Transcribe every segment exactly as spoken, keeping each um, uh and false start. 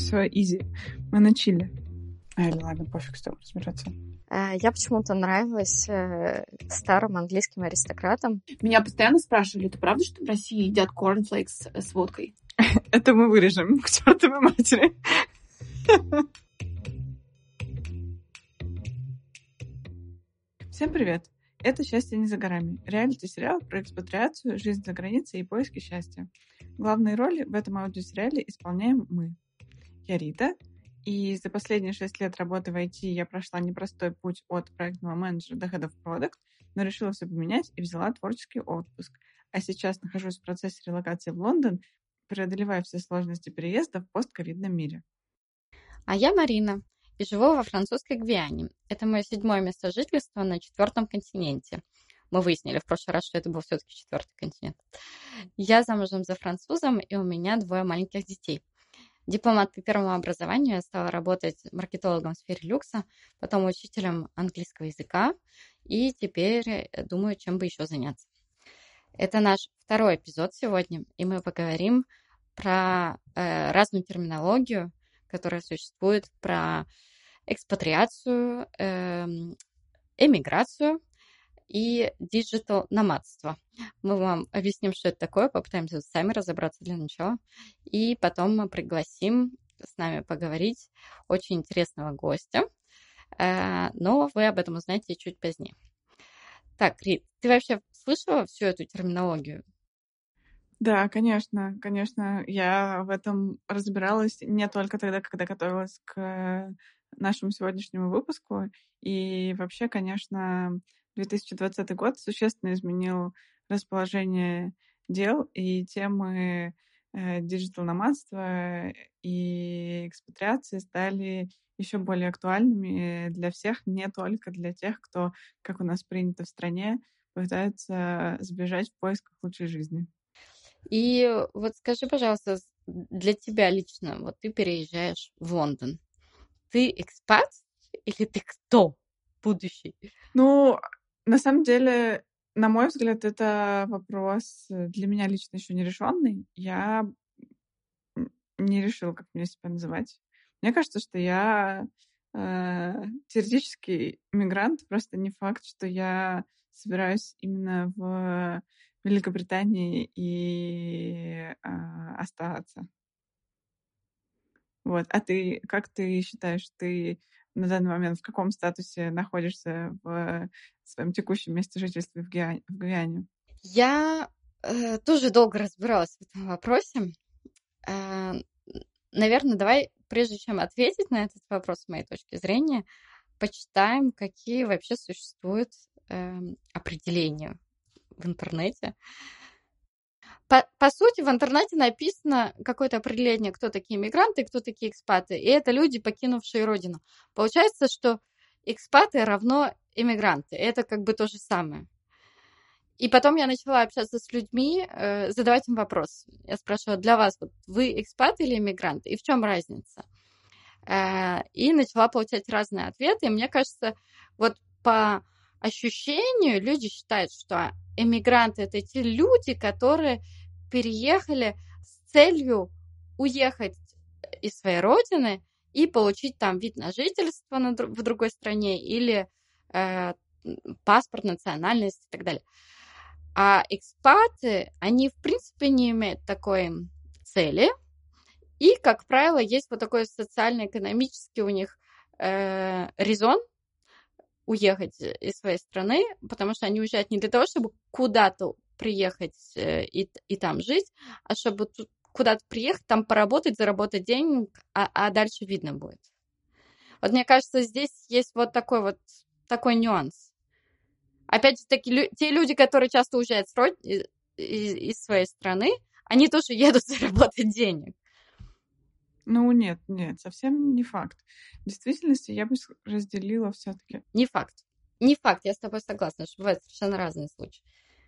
Все, изи. Мы на чиле. Ай, ладно, пофиг, с тобой разбираться. Я почему-то нравилась э, старым английским аристократам. Меня постоянно спрашивали, это правда, что в России едят корнфлейкс с водкой? Это мы вырежем к чертовой матери. Всем привет. Это «Счастье не за горами». Реалити-сериал про экспатриацию, жизнь за границей и поиски счастья. Главные роли в этом аудиосериале исполняем мы. Я Рита, и за последние шесть лет работы в ай ти я прошла непростой путь от проектного менеджера до Head of Product, но решила все поменять и взяла творческий отпуск. А сейчас нахожусь в процессе релокации в Лондон, преодолевая все сложности переезда в постковидном мире. А я Марина, и живу во французской Гвиане. Это мое седьмое место жительства на четвертом континенте. Мы выяснили в прошлый раз, что это был все-таки четвертый континент. Я замужем за французом, и у меня двое маленьких детей. Дипломат по первому образованию, я стала работать маркетологом в сфере люкса, потом учителем английского языка, и теперь думаю, чем бы еще заняться. Это наш второй эпизод сегодня, и мы поговорим про э, разную терминологию, которая существует, про экспатриацию, э, эмиграцию и диджитал-номадство. Мы вам объясним, что это такое, попытаемся сами разобраться для начала, и потом мы пригласим с нами поговорить очень интересного гостя, э, но вы об этом узнаете чуть позднее. Так, Рит, ты вообще слышала всю эту терминологию? Да, конечно, конечно. Я в этом разбиралась не только тогда, когда готовилась к нашему сегодняшнему выпуску. И вообще, конечно, две тысячи двадцатый год существенно изменил расположение дел и темы диджитал-номадства и экспатриации стали еще более актуальными для всех, не только для тех, кто, как у нас принято в стране, пытается сбежать в поисках лучшей жизни. И вот скажи, пожалуйста, для тебя лично, вот ты переезжаешь в Лондон. Ты экспат или ты кто будущий? Ну, на самом деле, на мой взгляд, это вопрос для меня лично еще не решенный. Я не решила, как мне себя называть. Мне кажется, что я э, теоретически мигрант, просто не факт, что я собираюсь именно в Великобритании и э, оставаться. Вот. А ты, как ты считаешь, ты на данный момент в каком статусе находишься в своем текущем месте жительства в Гвиане? В Гвиане? Я э, тоже долго разбиралась в этом вопросе. Э, наверное, давай, прежде чем ответить на этот вопрос с моей точки зрения, почитаем, какие вообще существуют э, определения в интернете. По, по сути, в интернете написано какое-то определение, кто такие мигранты, кто такие экспаты. И это люди, покинувшие родину. Получается, что экспаты равно иммигранты. Это как бы то же самое. И потом я начала общаться с людьми, э, задавать им вопрос. Я спрашивала, для вас вот, вы экспат или иммигрант? И в чем разница? Э, и начала получать разные ответы. И мне кажется, вот по ощущению люди считают, что эмигранты — это те люди, которые переехали с целью уехать из своей родины и получить там вид на жительство на, в другой стране или э, паспорт, национальность и так далее. А экспаты, они, в принципе, не имеют такой цели. И, как правило, есть вот такой социально-экономический у них э, резон уехать из своей страны, потому что они уезжают не для того, чтобы куда-то приехать э, и, и там жить, а чтобы тут куда-то приехать, там поработать, заработать денег, а, а дальше видно будет. Вот мне кажется, здесь есть вот такой вот такой нюанс. Опять же таки, те люди, которые часто уезжают с род... из, из своей страны, они тоже едут заработать денег. Ну, нет, нет, совсем не факт. В действительности я бы разделила все-таки. Не факт. Не факт, я с тобой согласна, что бывают совершенно разные случаи.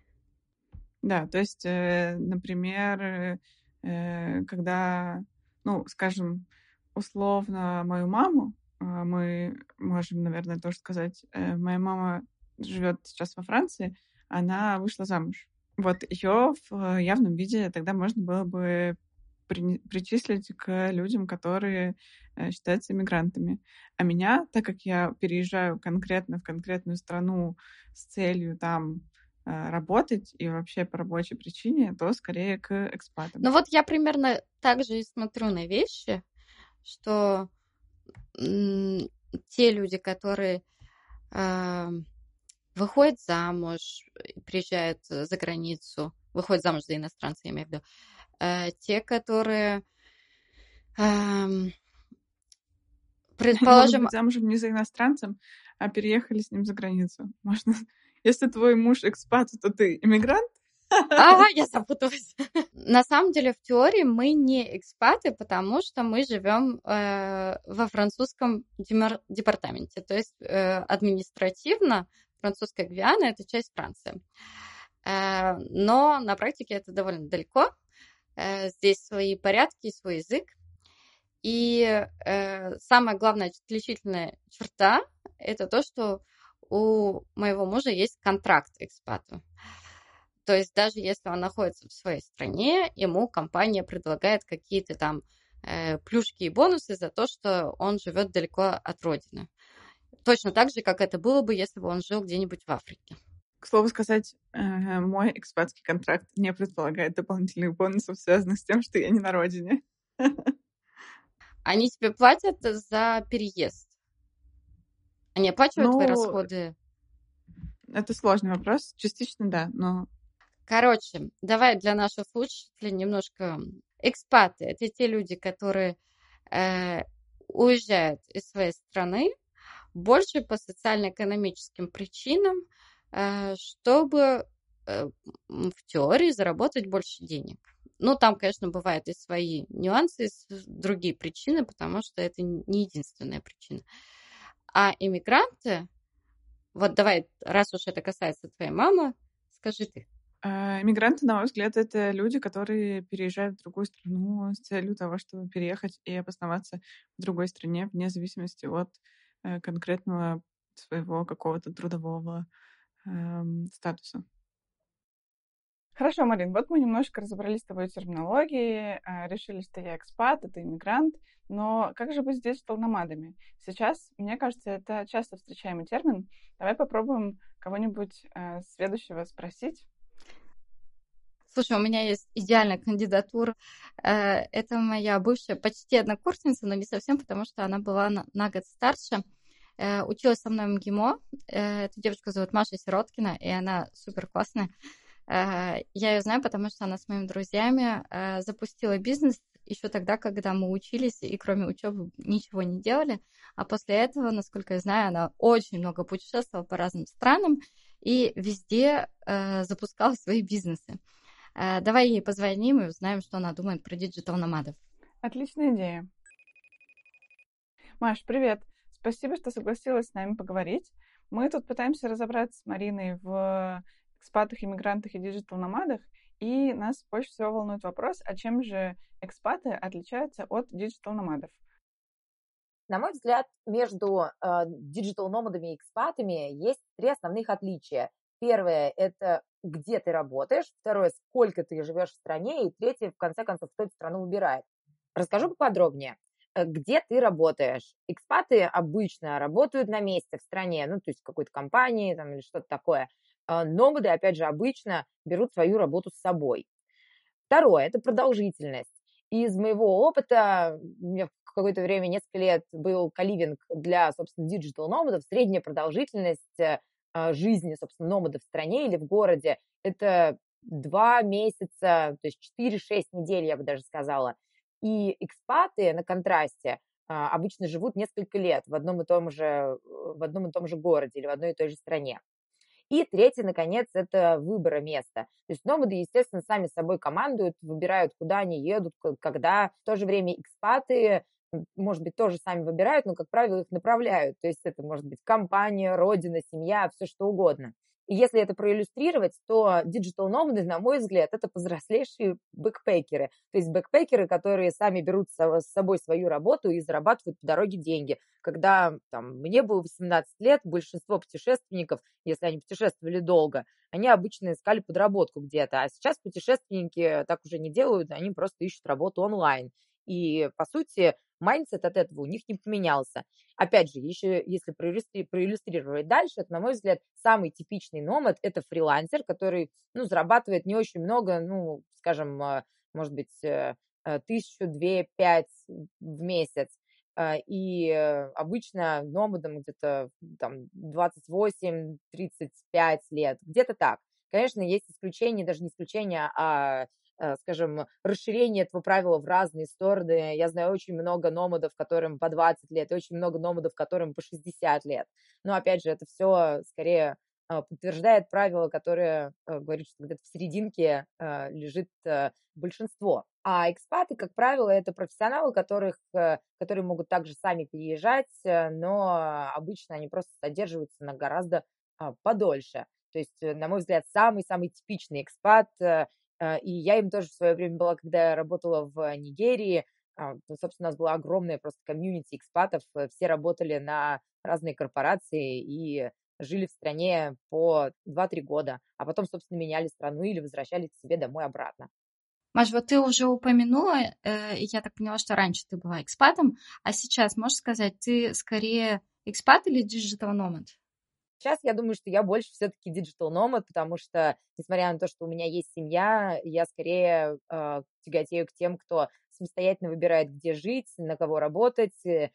Да, то есть, э, например, э, когда, ну, скажем, условно мою маму, э, мы можем, наверное, тоже сказать, э, моя мама живет сейчас во Франции, она вышла замуж. Вот ее в явном виде тогда можно было бы при- причислить к людям, которые э, считаются иммигрантами. А меня, так как я переезжаю конкретно в конкретную страну с целью там э, работать и вообще по рабочей причине, то скорее к экспатам. Ну вот я примерно так же и смотрю на вещи, что м, те люди, которые а, выходят замуж, и приезжают э, за границу, выходят замуж за иностранца, я имею в виду, э, те, которые, ам, Могут предположим, быть замужем не за иностранцем, а переехали с ним за границу. Можно... Если твой муж экспат, то ты иммигрант? ага, я запуталась. На самом деле, в теории мы не экспаты, потому что мы живем э, во французском демар- департаменте. То есть э, административно французская Гвиана — это часть Франции. Э, но на практике это довольно далеко. Э, здесь свои порядки, свой язык. И э, самая главная отличительная черта — это то, что у моего мужа есть контракт экспату. То есть даже если он находится в своей стране, ему компания предлагает какие-то там э, плюшки и бонусы за то, что он живет далеко от родины. Точно так же, как это было бы, если бы он жил где-нибудь в Африке. К слову сказать, э, мой экспатский контракт не предполагает дополнительных бонусов, связанных с тем, что я не на родине. Они тебе платят за переезд. Они оплачивают твои Ну, расходы. это сложный вопрос. Частично да, но Короче, давай для наших слушателей немножко. Экспаты — это те люди, которые э, уезжают из своей страны больше по социально-экономическим причинам, э, чтобы э, м, в теории заработать больше денег. Ну, там, конечно, бывают и свои нюансы, и с- другие причины, потому что это не единственная причина. А иммигранты, вот давай, раз уж это касается твоей мамы, скажи ты. э, иммигранты, на мой взгляд, это люди, которые переезжают в другую страну с целью того, чтобы переехать и обосноваться в другой стране, вне зависимости от э, конкретного своего какого-то трудового эм, статуса. Хорошо, Марин, вот мы немножко разобрались с тобой в терминологии, э, решили, что я экспат, это иммигрант, но как же быть с диджитал-номадами? Сейчас, мне кажется, это часто встречаемый термин. Давай попробуем кого-нибудь э, следующего спросить. Слушай, у меня есть идеальная кандидатура. Э, Это моя бывшая почти однокурсница, но не совсем, потому что она была на, на год старше. Э, Училась со мной в МГИМО. Э, Эту девушку зовут Маша Сироткина, и она супер классная. Э, Я ее знаю, потому что она с моими друзьями э, запустила бизнес еще тогда, когда мы учились и кроме учебы ничего не делали. А после этого, насколько я знаю, она очень много путешествовала по разным странам и везде э, запускала свои бизнесы. Э, Давай ей позвоним и узнаем, что она думает про диджитал-номадов. Отличная идея. Маш, привет. Спасибо, что согласилась с нами поговорить. Мы тут пытаемся разобраться с Мариной в экспатах, иммигрантах и диджитал-номадах, и нас больше всего волнует вопрос, а чем же экспаты отличаются от диджитал-номадов? На мой взгляд, между э, диджитал-номадами и экспатами есть три основных отличия. Первое – это где ты работаешь. Второе – сколько ты живешь в стране. И третье – в конце концов, кто эту страну выбирает. Расскажу поподробнее. Э, Где ты работаешь? Экспаты обычно работают на месте в стране, ну, то есть в какой-то компании там, или что-то такое. Э, Номады, опять же, обычно берут свою работу с собой. Второе – это продолжительность. Из моего опыта, у меня в какое-то время, несколько лет, был каливинг для, собственно, диджитал-номадов. Средняя продолжительность э, э, жизни, собственно, номада в стране или в городе – это два месяца, то есть четыре-шесть недель, я бы даже сказала. И экспаты на контрасте а, обычно живут несколько лет в одном и том же, в одном и том же городе или в одной и той же стране. И третье, наконец, это выбора места. То есть номады, естественно, сами с собой командуют, выбирают, куда они едут, к- когда. В то же время экспаты, м, может быть, тоже сами выбирают, но, как правило, их направляют. То есть это может быть компания, родина, семья, все что угодно. И если это проиллюстрировать, то диджитал-номады, на мой взгляд, это повзрослевшие бэкпекеры. То есть бэкпекеры, которые сами берут с собой свою работу и зарабатывают по дороге деньги. Когда там, мне было восемнадцать лет, большинство путешественников, если они путешествовали долго, они обычно искали подработку где-то. А сейчас путешественники так уже не делают, они просто ищут работу онлайн. И, по сути, майндсет от этого у них не поменялся. Опять же, еще если проиллюстри- проиллюстрировать дальше, то, на мой взгляд, самый типичный номад – это фрилансер, который, ну, зарабатывает не очень много, ну, скажем, э, может быть, э, э, тысячу, две, пять в месяц. Э, И э, обычно номадам где-то там двадцать восемь тридцать пять лет, где-то так. Конечно, есть исключения, даже не исключения, а э, скажем, расширение этого правила в разные стороны. Я знаю очень много номадов, которым по двадцать лет, и очень много номадов, которым по шестьдесят лет. Но, опять же, это все скорее э, подтверждает правило, которое э, говорит, что где-то в серединке э, лежит э, большинство. А экспаты, как правило, это профессионалы, которых, э, которые могут также сами переезжать, э, но обычно они просто задерживаются на гораздо э, подольше. То есть, э, на мой взгляд, самый-самый типичный экспат э, Uh, и я им тоже в свое время была, когда я работала в Нигерии. Uh, ну, собственно, у нас была огромная просто комьюнити экспатов. Все работали на разные корпорации и жили в стране по два-три года, а потом, собственно, меняли страну или возвращались к себе домой обратно. Маш, вот ты уже упомянула, э, я так поняла, что раньше ты была экспатом, а сейчас, можешь сказать, ты скорее экспат или диджитал-номад? Сейчас я думаю, что я больше все-таки диджитал-номад, потому что, несмотря на то, что у меня есть семья, я скорее э, тяготею к тем, кто самостоятельно выбирает, где жить, на кого работать,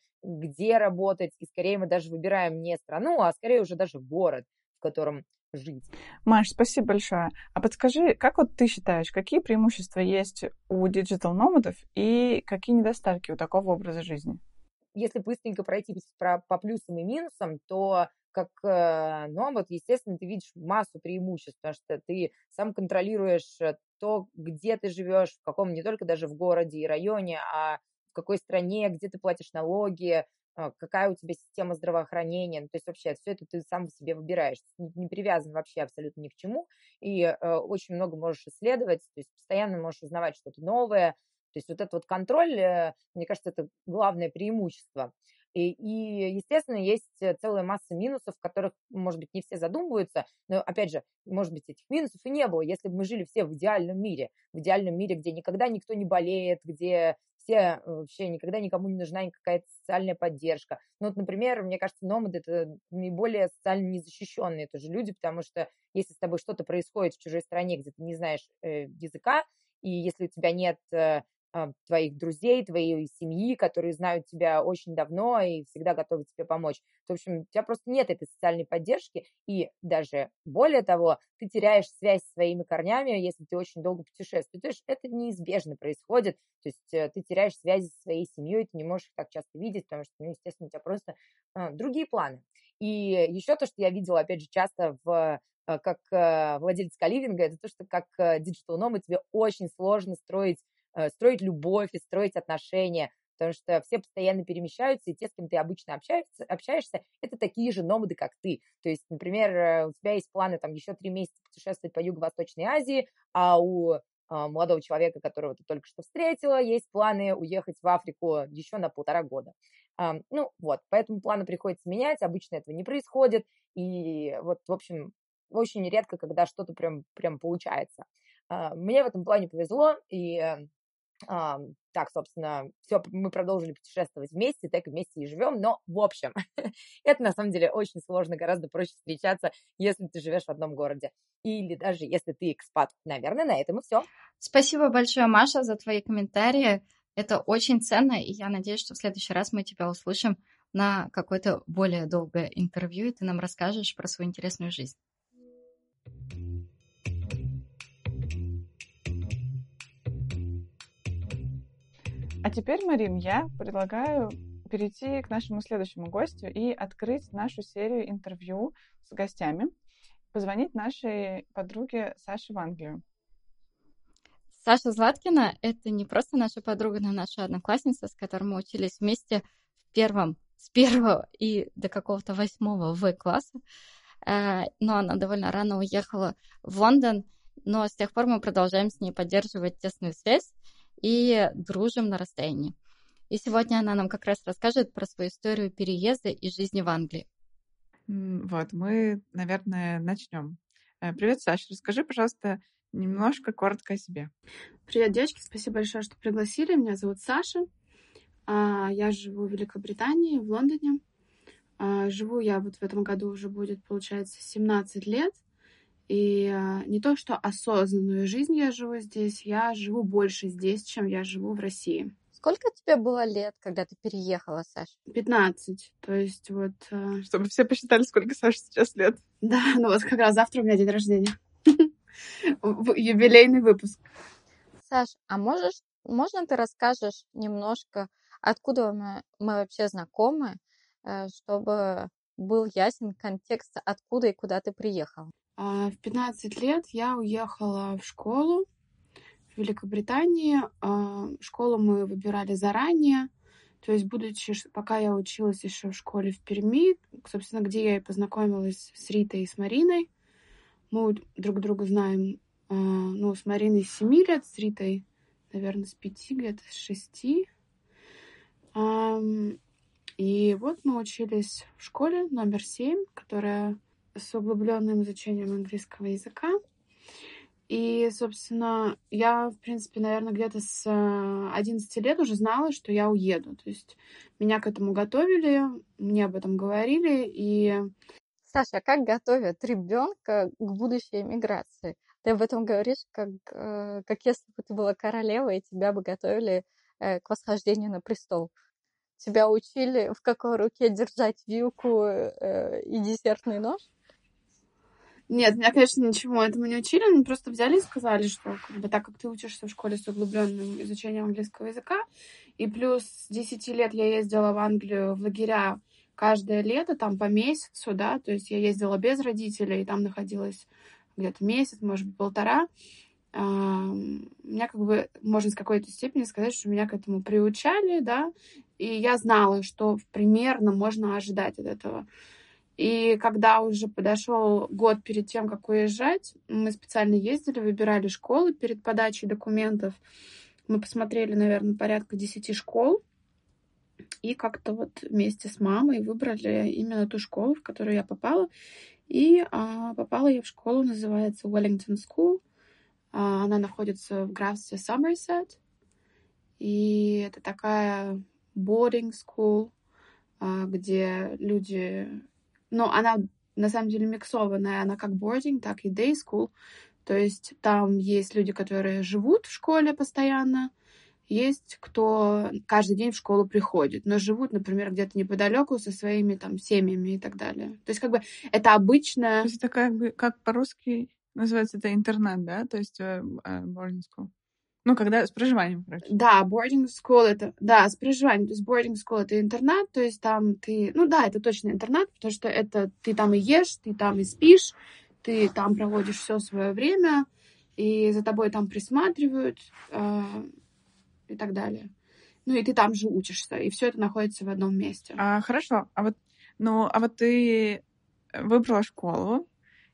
где работать, и скорее мы даже выбираем не страну, а скорее уже даже город, в котором жить. Маш, спасибо большое. А подскажи, как вот ты считаешь, какие преимущества есть у диджитал-номадов и какие недостатки у такого образа жизни? Если быстренько пройти по, по плюсам и минусам, то как э, номад, естественно, ты видишь массу преимуществ, потому что ты сам контролируешь то, где ты живешь, в каком, не только даже в городе и районе, а в какой стране, где ты платишь налоги, э, какая у тебя система здравоохранения. Ну, то есть вообще все это ты сам себе выбираешь, не, не привязан вообще абсолютно ни к чему, и э, очень много можешь исследовать, то есть постоянно можешь узнавать что-то новое. То есть вот этот вот контроль, э, мне кажется, это главное преимущество. И, и, естественно, есть целая масса минусов, в которых, может быть, не все задумываются, но, опять же, может быть, этих минусов и не было, если бы мы жили все в идеальном мире, в идеальном мире, где никогда никто не болеет, где все вообще никогда никому не нужна какая-то социальная поддержка. Ну, вот, например, мне кажется, номады – это наиболее социально незащищенные тоже люди, потому что если с тобой что-то происходит в чужой стране, где ты не знаешь э, языка, и если у тебя нет э, твоих друзей, твоей семьи, которые знают тебя очень давно и всегда готовы тебе помочь. В общем, у тебя просто нет этой социальной поддержки, и даже более того, ты теряешь связь со своими корнями, если ты очень долго путешествуешь. То есть это неизбежно происходит, то есть ты теряешь связь со своей семьей, ты не можешь их так часто видеть, потому что, ну, естественно, у тебя просто а, другие планы. И еще то, что я видела, опять же, часто в как владелец коливинга, это то, что как диджитал-номад тебе очень сложно строить строить любовь и строить отношения, потому что все постоянно перемещаются, и те, с кем ты обычно общаешься, общаешься, это такие же номады, как ты. То есть, например, у тебя есть планы там еще три месяца путешествовать по Юго-Восточной Азии, а у молодого человека, которого ты только что встретила, есть планы уехать в Африку еще на полтора года. Ну вот, поэтому планы приходится менять, обычно этого не происходит, и вот, в общем, очень редко, когда что-то прям, прям получается. Мне в этом плане повезло, и А, так, собственно, все, мы продолжили путешествовать вместе, так и вместе и живем, но, в общем, это на самом деле очень сложно, гораздо проще встречаться, если ты живешь в одном городе, или даже если ты экспат. Наверное, на этом и все. Спасибо большое, Маша, за твои комментарии. Это очень ценно, и я надеюсь, что в следующий раз мы тебя услышим на какое-то более долгое интервью, и ты нам расскажешь про свою интересную жизнь. А теперь, Марин, я предлагаю перейти к нашему следующему гостю и открыть нашу серию интервью с гостями, позвонить нашей подруге Саше в Англию. Саша Златкина – это не просто наша подруга, но наша одноклассница, с которой мы учились вместе в первом, с первого и до какого-то восьмого В класса. э, но она довольно рано уехала в Лондон, но с тех пор мы продолжаем с ней поддерживать тесную связь и дружим на расстоянии. И сегодня она нам как раз расскажет про свою историю переезда и жизни в Англии. М, Вот, мы, наверное, начнем. Э, Привет, Саша. Расскажи, пожалуйста, немножко коротко о себе. Привет, девочки, спасибо большое, что пригласили. Меня зовут Саша. А, Я живу в Великобритании, в Лондоне. А, Живу я вот в этом году уже будет, получается, семнадцать лет. И а, не то, что осознанную жизнь я живу здесь, я живу больше здесь, чем я живу в России. Сколько тебе было лет, когда ты переехала, Саша? пятнадцать. То есть вот... а, Чтобы все посчитали, сколько Саше сейчас лет. Да, ну вот как раз завтра у меня день рождения. В- Юбилейный выпуск. Саш, а можешь, можно ты расскажешь немножко, откуда мы, мы вообще знакомы, э, чтобы был ясен контекст, откуда и куда ты приехала? А, В пятнадцать лет я уехала в школу в Великобритании. А, Школу мы выбирали заранее. То есть, будучи, ш- пока я училась еще в школе в Перми, собственно, где я и познакомилась с Ритой и с Мариной. Мы у- друг друга знаем, а, ну, с Мариной с семи лет, с Ритой, наверное, с пяти, где-то с шести. Ам, И вот мы учились в школе номер семь, которая с углубленным изучением английского языка. И, собственно, я, в принципе, наверное, где-то с э, одиннадцати лет уже знала, что я уеду. То есть меня к этому готовили, мне об этом говорили. И Саша, а как готовят ребенка к будущей эмиграции? Ты об этом говоришь, как, э, как если бы ты была королевой, и тебя бы готовили э, к восхождению на престол. Тебя учили, в какой руке держать вилку э, и десертный нож? нет, меня, конечно, ничему этому не учили. Они просто взяли и сказали, что как бы, так как ты учишься в школе с углубленным изучением английского языка, и плюс с десяти лет я ездила в Англию в лагеря каждое лето, там по месяцу, да, то есть я ездила без родителей, и там находилась где-то месяц, может быть, полтора. Ам, Меня как бы, можно с какой-то степени сказать, что меня к этому приучали, да, и я знала, что примерно можно ожидать от этого. И когда уже подошел год перед тем, как уезжать, мы специально ездили, выбирали школы перед подачей документов. Мы посмотрели, наверное, порядка десяти школ. И как-то вот вместе с мамой выбрали именно ту школу, в которую я попала. И а, попала я в школу, называется Wellington School. А, она находится в графстве Сомерсет. И это такая boarding school, а, где люди... Ну, она на самом деле миксованная. Она как boarding, так и day school. То есть там есть люди, которые живут в школе постоянно, есть кто каждый день в школу приходит, но живут, например, где-то неподалеку со своими там семьями и так далее. То есть как бы это То обычная... есть это как бы, как по-русски называется, это интернат, да? То есть э, э, boarding school. Ну, когда с проживанием, короче. Да, boarding school это... Да, с проживанием. То есть boarding school это интернат, то есть там ты... Ну да, это точно интернат, потому что это ты там и ешь, ты там и спишь, ты там проводишь все свое время, и за тобой там присматривают, э, и так далее. Ну и ты там же учишься, и все это находится в одном месте. А, хорошо. А вот, ну, а вот ты выбрала школу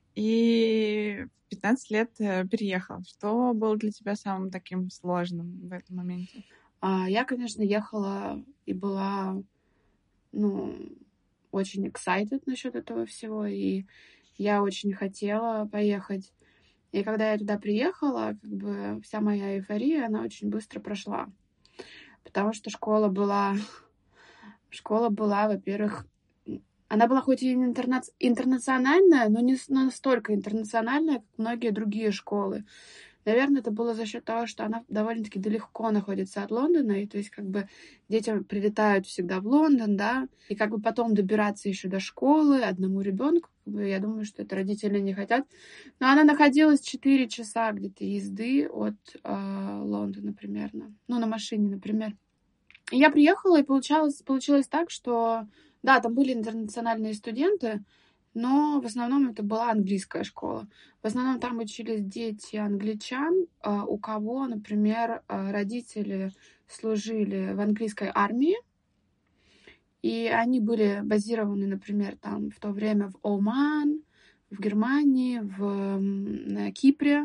и в пятнадцать лет э, переехала. Что было для тебя самым таким сложным в этом моменте? А я, конечно, ехала и была, ну, очень excited насчет этого всего, и я очень хотела поехать. И когда я туда приехала, как бы вся моя эйфория, она очень быстро прошла. Потому что школа была... Школа была, во-первых, она была хоть и интерна... интернациональная, но не настолько интернациональная, как многие другие школы. Наверное, это было за счет того, что она довольно-таки далеко находится от Лондона, и то есть как бы дети прилетают всегда в Лондон, да, и как бы потом добираться еще до школы одному ребенку, как бы, я думаю, что это родители не хотят. Но она находилась четыре часа где-то езды от э, Лондона примерно, ну, на машине, например. И я приехала, и получалось, получилось так, что, да, там были интернациональные студенты, но в основном это была английская школа. В основном там учились дети англичан, а, у кого, например, а, родители служили в английской армии, и они были базированы, например, там в то время в Оман, в Германии, в, на Кипре.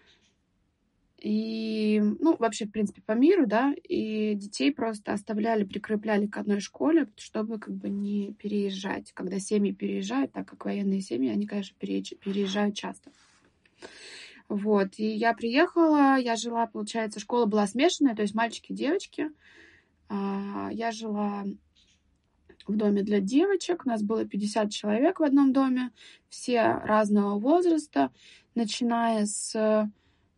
И, ну, вообще, в принципе, по миру, да, и детей просто оставляли, прикрепляли к одной школе, чтобы как бы не переезжать. Когда семьи переезжают, так как военные семьи, они, конечно, переезжают часто. Вот, и я приехала, я жила, получается, школа была смешанная, то есть мальчики и девочки. Я жила в доме для девочек, у нас было пятьдесят человек в одном доме, все разного возраста, начиная с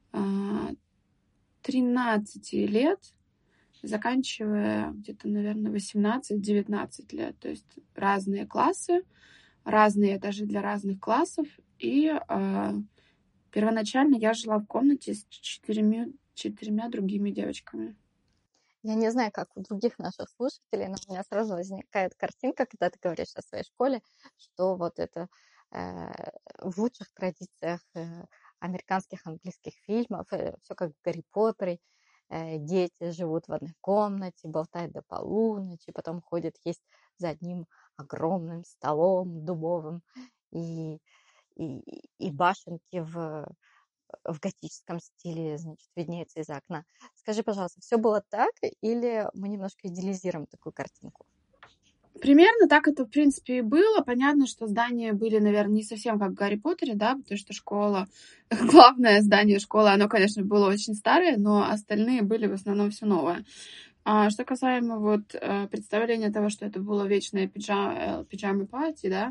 тринадцати лет, заканчивая где-то, наверное, восемнадцать-девятнадцать лет. То есть разные классы, разные этажи для разных классов. И э, первоначально я жила в комнате с четырьмя, четырьмя другими девочками. Я не знаю, как у других наших слушателей, но у меня сразу возникает картинка, когда ты говоришь о своей школе, что вот это э, в лучших традициях э, американских английских фильмов, э, все как в Гарри Поттере, э, дети живут в одной комнате, болтают до полуночи, потом ходят есть за одним огромным столом дубовым, и, и, и башенки в, в готическом стиле, значит, виднеются из окна. Скажи, пожалуйста, все было так, или мы немножко идеализируем такую картинку? Примерно так это, в принципе, и было. Понятно, что здания были, наверное, не совсем как в Гарри Поттере, да, потому что школа, главное здание школы, оно, конечно, было очень старое, но остальные были в основном все новое. А что касаемо вот представления того, что это было вечное пиджам, пиджамы-пати, да,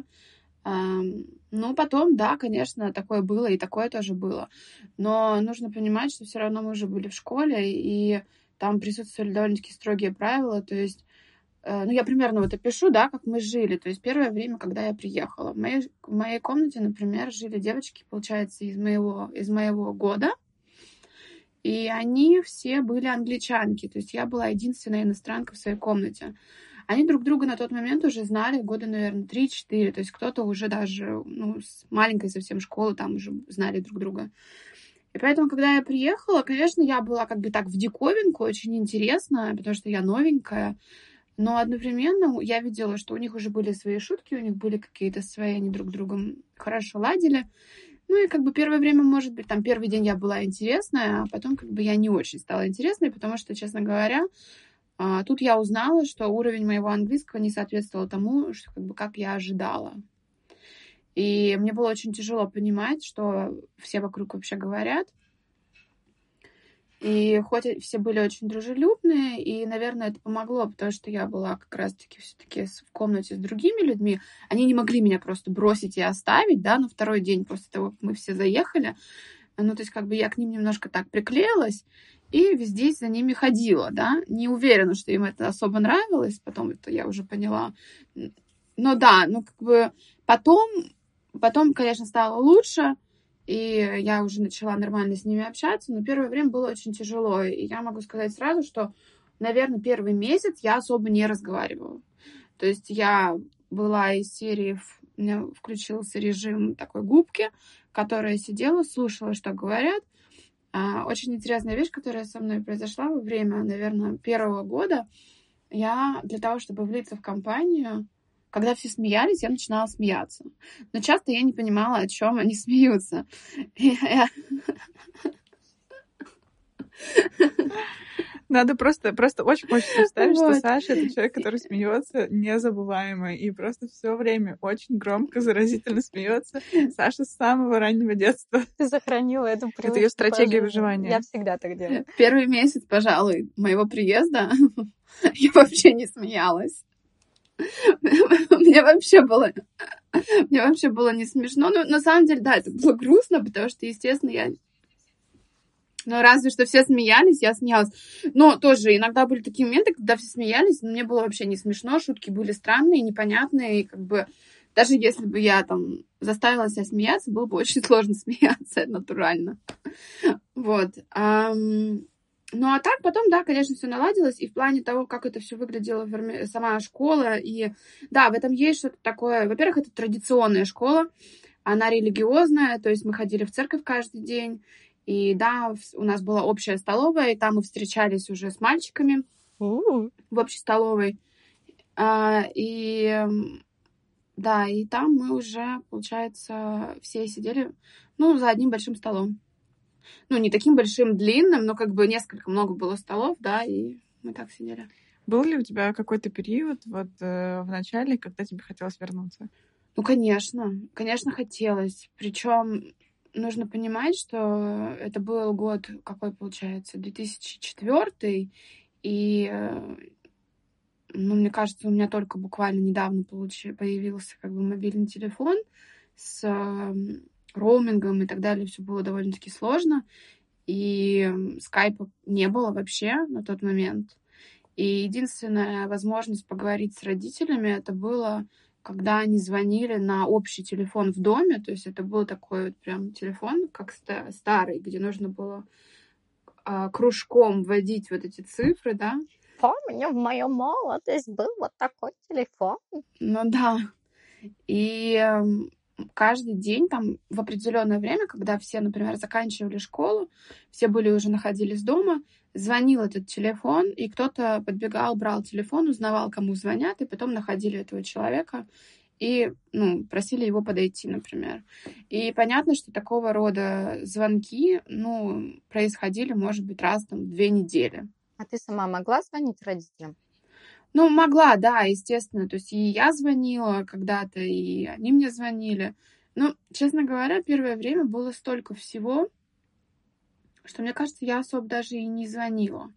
ну, потом, да, конечно, такое было, и такое тоже было. Но нужно понимать, что все равно мы уже были в школе, и там присутствовали довольно-таки строгие правила, то есть ну, я примерно вот опишу, да, как мы жили. То есть первое время, когда я приехала. В моей, в моей комнате, например, жили девочки, получается, из моего, из моего года. И они все были англичанки. То есть я была единственная иностранка в своей комнате. Они друг друга на тот момент уже знали года, наверное, три-четыре. То есть кто-то уже даже, ну, с маленькой совсем школы там уже знали друг друга. И поэтому, когда я приехала, конечно, я была как бы так в диковинку, очень интересно, потому что я новенькая. Но одновременно я видела, что у них уже были свои шутки, у них были какие-то свои, они друг с другом хорошо ладили. Ну и как бы первое время, может быть, там первый день я была интересная, а потом как бы я не очень стала интересной, потому что, честно говоря, тут я узнала, что уровень моего английского не соответствовал тому, что, как бы, как я ожидала. И мне было очень тяжело понимать, что все вокруг вообще говорят. И хоть все были очень дружелюбные, и, наверное, это помогло, потому что я была как раз-таки все-таки в комнате с другими людьми. Они не могли меня просто бросить и оставить, да, на второй день после того, как мы все заехали. Ну, то есть как бы я к ним немножко так приклеилась и везде за ними ходила, да. Не уверена, что им это особо нравилось, потом это я уже поняла. Но да, ну, как бы потом, потом, конечно, стало лучше, и я уже начала нормально с ними общаться, но первое время было очень тяжело. И я могу сказать сразу, что, наверное, первый месяц я особо не разговаривала. То есть я была из серии, у меня включился режим такой губки, в которой я сидела, слушала, что говорят. Очень интересная вещь, которая со мной произошла во время, наверное, первого года. Я для того, чтобы влиться в компанию, когда все смеялись, я начинала смеяться. Но часто я не понимала, о чем они смеются. Надо просто, просто очень хочется представить, вот. Что Саша — это человек, который смеется незабываемо и просто все время очень громко, заразительно смеется. Саша с самого раннего детства. Ты сохранила эту привычку. Это ее стратегия выживания. Я всегда так делаю. Первый месяц, пожалуй, моего приезда я вообще не смеялась. Мне вообще было... Мне вообще было не смешно. Но на самом деле, да, это было грустно, потому что, естественно, я... Ну, разве что все смеялись, я смеялась. Но тоже иногда были такие моменты, когда все смеялись, но мне было вообще не смешно, шутки были странные, непонятные, и как бы даже если бы я там заставила себя смеяться, было бы очень сложно смеяться, это натурально. Вот. Ну, а так потом, да, конечно, все наладилось, и в плане того, как это все выглядело, сама школа, и да, в этом есть что-то такое. Во-первых, это традиционная школа, она религиозная, то есть мы ходили в церковь каждый день, и да, у нас была общая столовая, и там мы встречались уже с мальчиками uh-huh. в общей столовой. И Да, и там мы уже, получается, все сидели, ну, за одним большим столом. Ну, не таким большим, длинным, но как бы несколько, много было столов, да, и мы так сидели. Был ли у тебя какой-то период вот э, в начале, когда тебе хотелось вернуться? Ну, конечно, конечно, хотелось. Причем нужно понимать, что это был год, какой получается, две тысячи четвёртый, и, э, ну, мне кажется, у меня только буквально недавно получи- появился как бы мобильный телефон с э, роумингом и так далее. Все было довольно-таки сложно, и м, скайпа не было вообще на тот момент. И единственная возможность поговорить с родителями, это было, когда они звонили на общий телефон в доме. То есть это был такой вот прям телефон, как ста- старый, где нужно было а, кружком вводить вот эти цифры, да. Помню, в мою молодость был вот такой телефон. Ну да. И эм, каждый день там в определенное время, когда все, например, заканчивали школу, все были уже находились дома, звонил этот телефон, и кто-то подбегал, брал телефон, узнавал, кому звонят, и потом находили этого человека и, ну, просили его подойти, например. И понятно, что такого рода звонки, ну, происходили, может быть, раз там в две недели. А ты сама могла звонить родителям? Ну, могла, да, естественно. То есть и я звонила когда-то, и они мне звонили. Ну, честно говоря, первое время было столько всего, что, мне кажется, я особо даже и не звонила.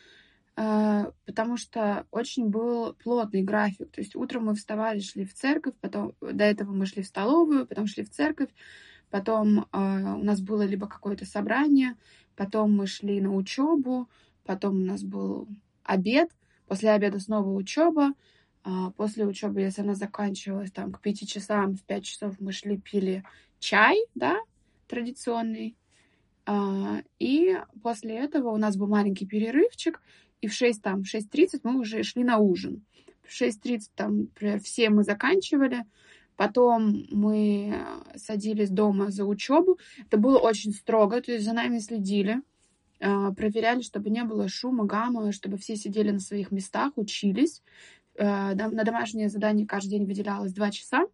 Э, Потому что очень был плотный график. То есть утром мы вставали, шли в церковь, потом до этого мы шли в столовую, потом шли в церковь, потом э, у нас было либо какое-то собрание, потом мы шли на учебу, потом у нас был обед, после обеда снова учеба, а после учебы, если она заканчивалась там к пяти часам, в пять часов мы шли, пили чай, да, традиционный. А, И после этого у нас был маленький перерывчик, и в шесть, там, в шесть тридцать мы уже шли на ужин. В шесть тридцать, там, например, все мы заканчивали, потом мы садились дома за учебу. Это было очень строго, то есть за нами следили, а, проверяли, чтобы не было шума, гамма, чтобы все сидели на своих местах, учились. Э, дом- На домашнее задание каждый день выделялось два часа.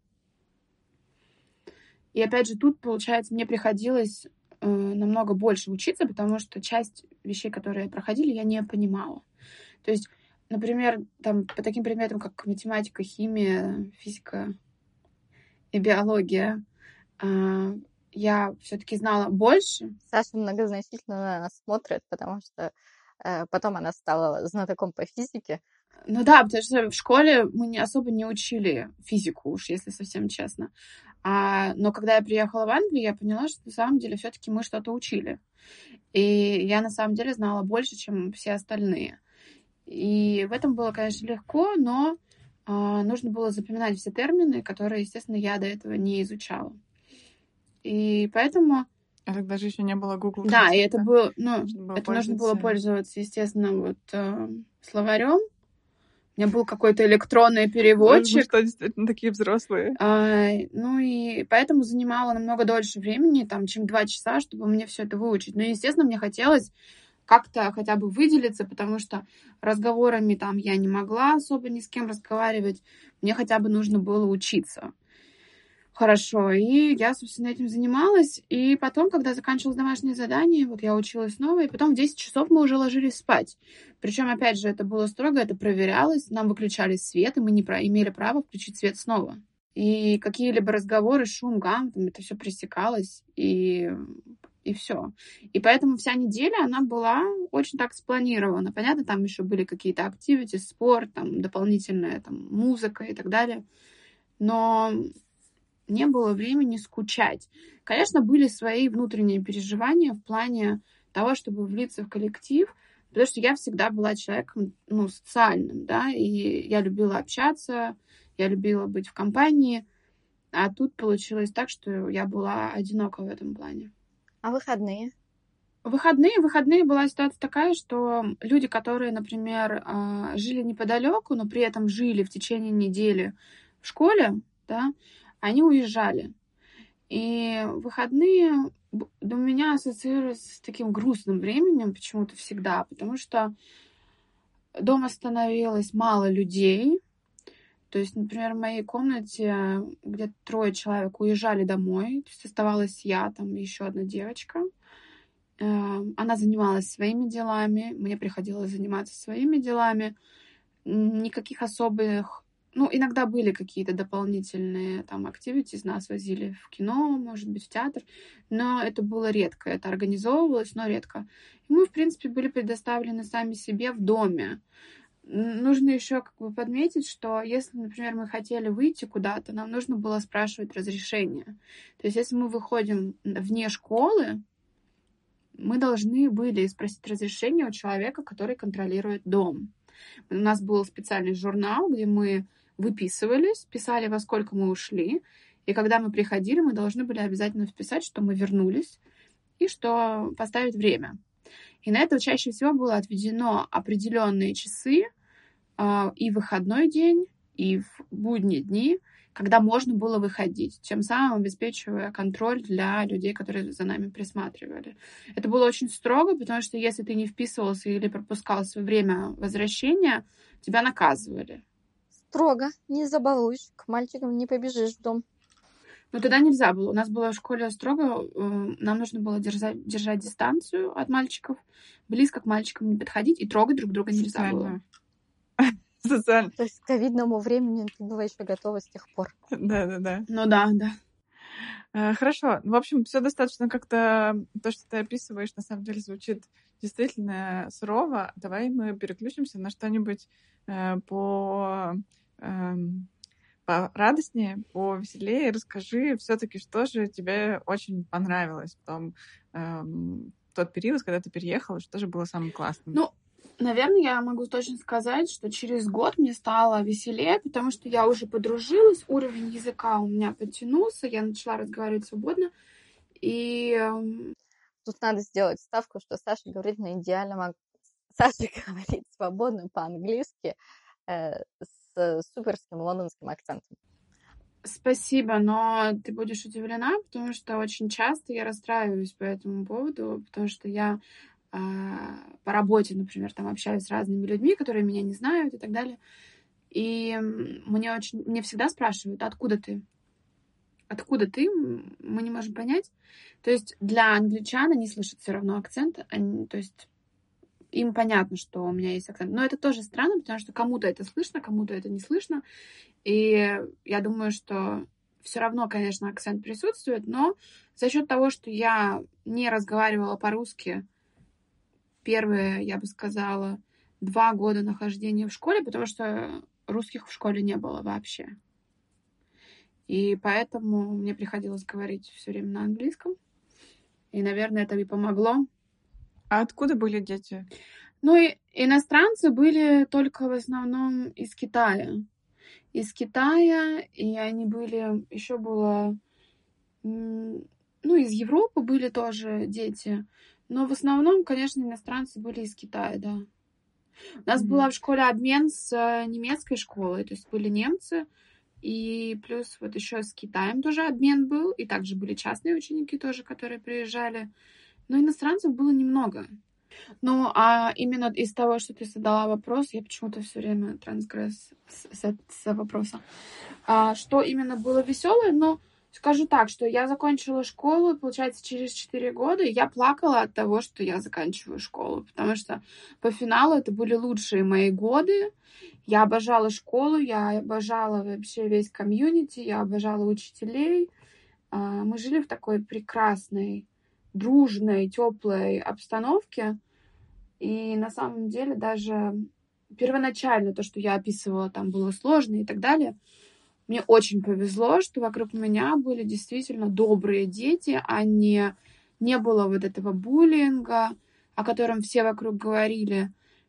И опять же, тут, получается, мне приходилось э, намного больше учиться, потому что часть вещей, которые проходили, я не понимала. То есть, например, там по таким предметам, как математика, химия, физика и биология, а, я все-таки знала больше. Саша многозначительно на нас смотрит, потому что э, потом она стала знатоком по физике. Ну да, потому что в школе мы не особо не учили физику, уж если совсем честно. А, но когда я приехала в Англию, я поняла, что на самом деле все-таки мы что-то учили. И я на самом деле знала больше, чем все остальные. И в этом было, конечно, легко, но а, нужно было запоминать все термины, которые, естественно, я до этого не изучала. И поэтому... А тогда же еще не было Google Да, и Translate, это да? было, ну, Нужно было это нужно было пользоваться- пользоваться, естественно, вот э, словарем. У меня был какой-то электронный Мы переводчик. что, действительно такие взрослые? А, ну и поэтому занимало намного дольше времени, там, чем два часа, чтобы мне все это выучить. Ну, естественно, мне хотелось как-то хотя бы выделиться, потому что разговорами там я не могла особо ни с кем разговаривать. Мне хотя бы нужно было учиться. Хорошо, и я, собственно, этим занималась. И потом, когда заканчивалось домашнее задание, вот я училась снова, и потом в десять часов мы уже ложились спать. Причем, опять же, это было строго, это проверялось, нам выключали свет, и мы не про- имели право включить свет снова. И какие-либо разговоры, шум, гам, там это все пресекалось, и, и все. И поэтому вся неделя, она была очень так спланирована. Понятно, там еще были какие-то активити, спорт, там дополнительная там, музыка и так далее. Но не было времени скучать. Конечно, были свои внутренние переживания в плане того, чтобы влиться в коллектив, потому что я всегда была человеком, ну, социальным, да, и я любила общаться, я любила быть в компании, а тут получилось так, что я была одинока в этом плане. А выходные? Выходные, выходные была ситуация такая, что люди, которые, например, а, жили неподалеку, но при этом жили в течение недели в школе, да, они уезжали. И выходные б- у меня ассоциируются с таким грустным временем почему-то всегда, потому что дома становилось мало людей, То есть, например, в моей комнате где-то трое человек уезжали домой. То есть оставалась я, там еще одна девочка. Она занималась своими делами, мне приходилось заниматься своими делами. Никаких особых... Ну, иногда были какие-то дополнительные там активити, нас возили в кино, может быть, в театр, но это было редко, это организовывалось, но редко. И мы, в принципе, были предоставлены сами себе в доме. Нужно еще как бы подметить, что если, например, мы хотели выйти куда-то, нам нужно было спрашивать разрешение. То есть если мы выходим вне школы, мы должны были спросить разрешение у человека, который контролирует дом. У нас был специальный журнал, где мы выписывались, писали, во сколько мы ушли, и когда мы приходили, мы должны были обязательно вписать, что мы вернулись, и что поставить время. И на это чаще всего было отведено определенные часы э, и в выходной день, и в будние дни, когда можно было выходить, тем самым обеспечивая контроль для людей, которые за нами присматривали. Это было очень строго, потому что если ты не вписывался или пропускал свое время возвращения, тебя наказывали. Строго, не забалуешь, к мальчикам не побежишь в дом. Но тогда нельзя было. У нас было в школе строго. Нам нужно было держать, держать дистанцию от мальчиков, близко к мальчикам не подходить, и трогать друг друга нельзя было. Социально. То есть к ковидному времени ты была еще готова с тех пор. Да-да-да. Ну да, да. Э, Хорошо. В общем, все достаточно как-то... То, что ты описываешь, на самом деле звучит действительно сурово. Давай мы переключимся на что-нибудь э, по... эм, порадостнее, повеселее. Расскажи все-таки, что же тебе очень понравилось в том, эм, тот период, когда ты переехала, что же было самым классным? Ну, наверное, я могу точно сказать, что через год мне стало веселее, потому что я уже подружилась, уровень языка у меня подтянулся, я начала разговаривать свободно. И тут надо сделать ставку, что Саша говорит на идеальном... Саша говорит свободно по-английски э, с суперским лондонским акцентом. Спасибо, но ты будешь удивлена, потому что очень часто я расстраиваюсь по этому поводу, потому что я э, по работе, например, там общаюсь с разными людьми, которые меня не знают и так далее. И мне очень, мне всегда спрашивают, откуда ты? Откуда ты? Мы не можем понять. То есть для англичан они слышат все равно акцент, они, то есть им понятно, что у меня есть акцент. Но это тоже странно, потому что кому-то это слышно, кому-то это не слышно. И я думаю, что все равно, конечно, акцент присутствует, но за счет того, что я не разговаривала по-русски первые, я бы сказала, два года нахождения в школе, потому что русских в школе не было вообще. И поэтому мне приходилось говорить все время на английском. И, наверное, это и помогло. А откуда были дети? Ну, и иностранцы были только в основном из Китая. Из Китая, и они были... Еще было... Ну, из Европы были тоже дети. Но в основном, конечно, иностранцы были из Китая, да. У нас mm-hmm. была в школе обмен с немецкой школой. То есть были немцы, и плюс вот еще с Китаем тоже обмен был. И также были частные ученики тоже, которые приезжали. Но иностранцев было немного. Ну, а именно из того, что ты задала вопрос, я почему-то все время трансгресс с, с, с вопроса. А, что именно было веселое? Ну, скажу так, что я закончила школу, получается, через четыре года, и я плакала от того, что я заканчиваю школу, потому что по финалу это были лучшие мои годы. Я обожала школу, я обожала вообще весь комьюнити, я обожала учителей. А, мы жили в такой прекрасной, дружной, теплой обстановке. И на самом деле даже первоначально то, что я описывала, там было сложно и так далее, мне очень повезло, что вокруг меня были действительно добрые дети, а не, не было вот этого буллинга, о котором все вокруг говорили.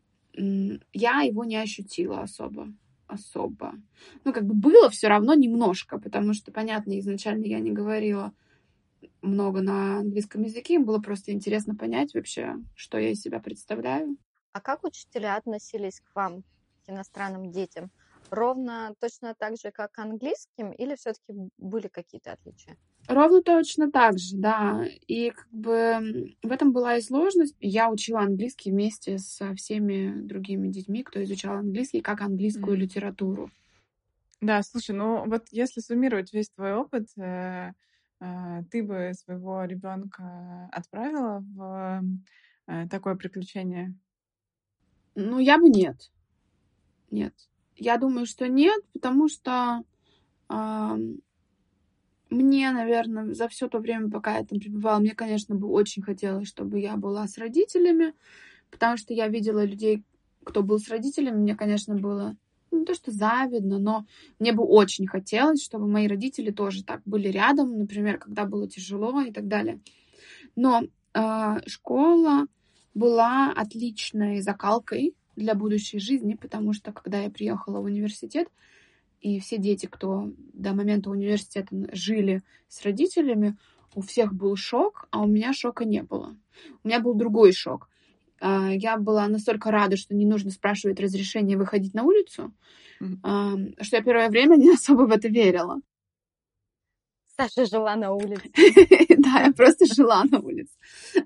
Я его не ощутила особо. особо. Ну, как бы было все равно немножко, потому что, понятно, изначально я не говорила много на английском языке, им было просто интересно понять вообще, что я из себя представляю. А как учителя относились к вам, к иностранным детям? Ровно точно так же, как к английским, или все-таки были какие-то отличия? Ровно точно так же, да. И как бы в этом была и сложность. Я учила английский вместе со всеми другими детьми, кто изучал английский, как английскую mm. литературу. Да, слушай, ну вот если суммировать весь твой опыт, э, э, ты бы своего ребенка отправила в э, такое приключение? Ну, я бы нет. Нет. Я думаю, что нет, потому что ам, мне, наверное, за все то время, пока я там пребывала, мне, конечно, бы очень хотелось, чтобы я была с родителями, потому что я видела людей, кто был с родителями, мне, конечно, было ну, не то, что завидно, но мне бы очень хотелось, чтобы мои родители тоже так были рядом, например, когда было тяжело и так далее. Но э, школа была отличной закалкой для будущей жизни, потому что когда я приехала в университет, и все дети, кто до момента университета жили с родителями, у всех был шок, а у меня шока не было. У меня был другой шок. А, Я была настолько рада, что не нужно спрашивать разрешение выходить на улицу, Мгм. а, что я первое время не особо в это верила. Саша жила на улице. Да, я просто жила на улице.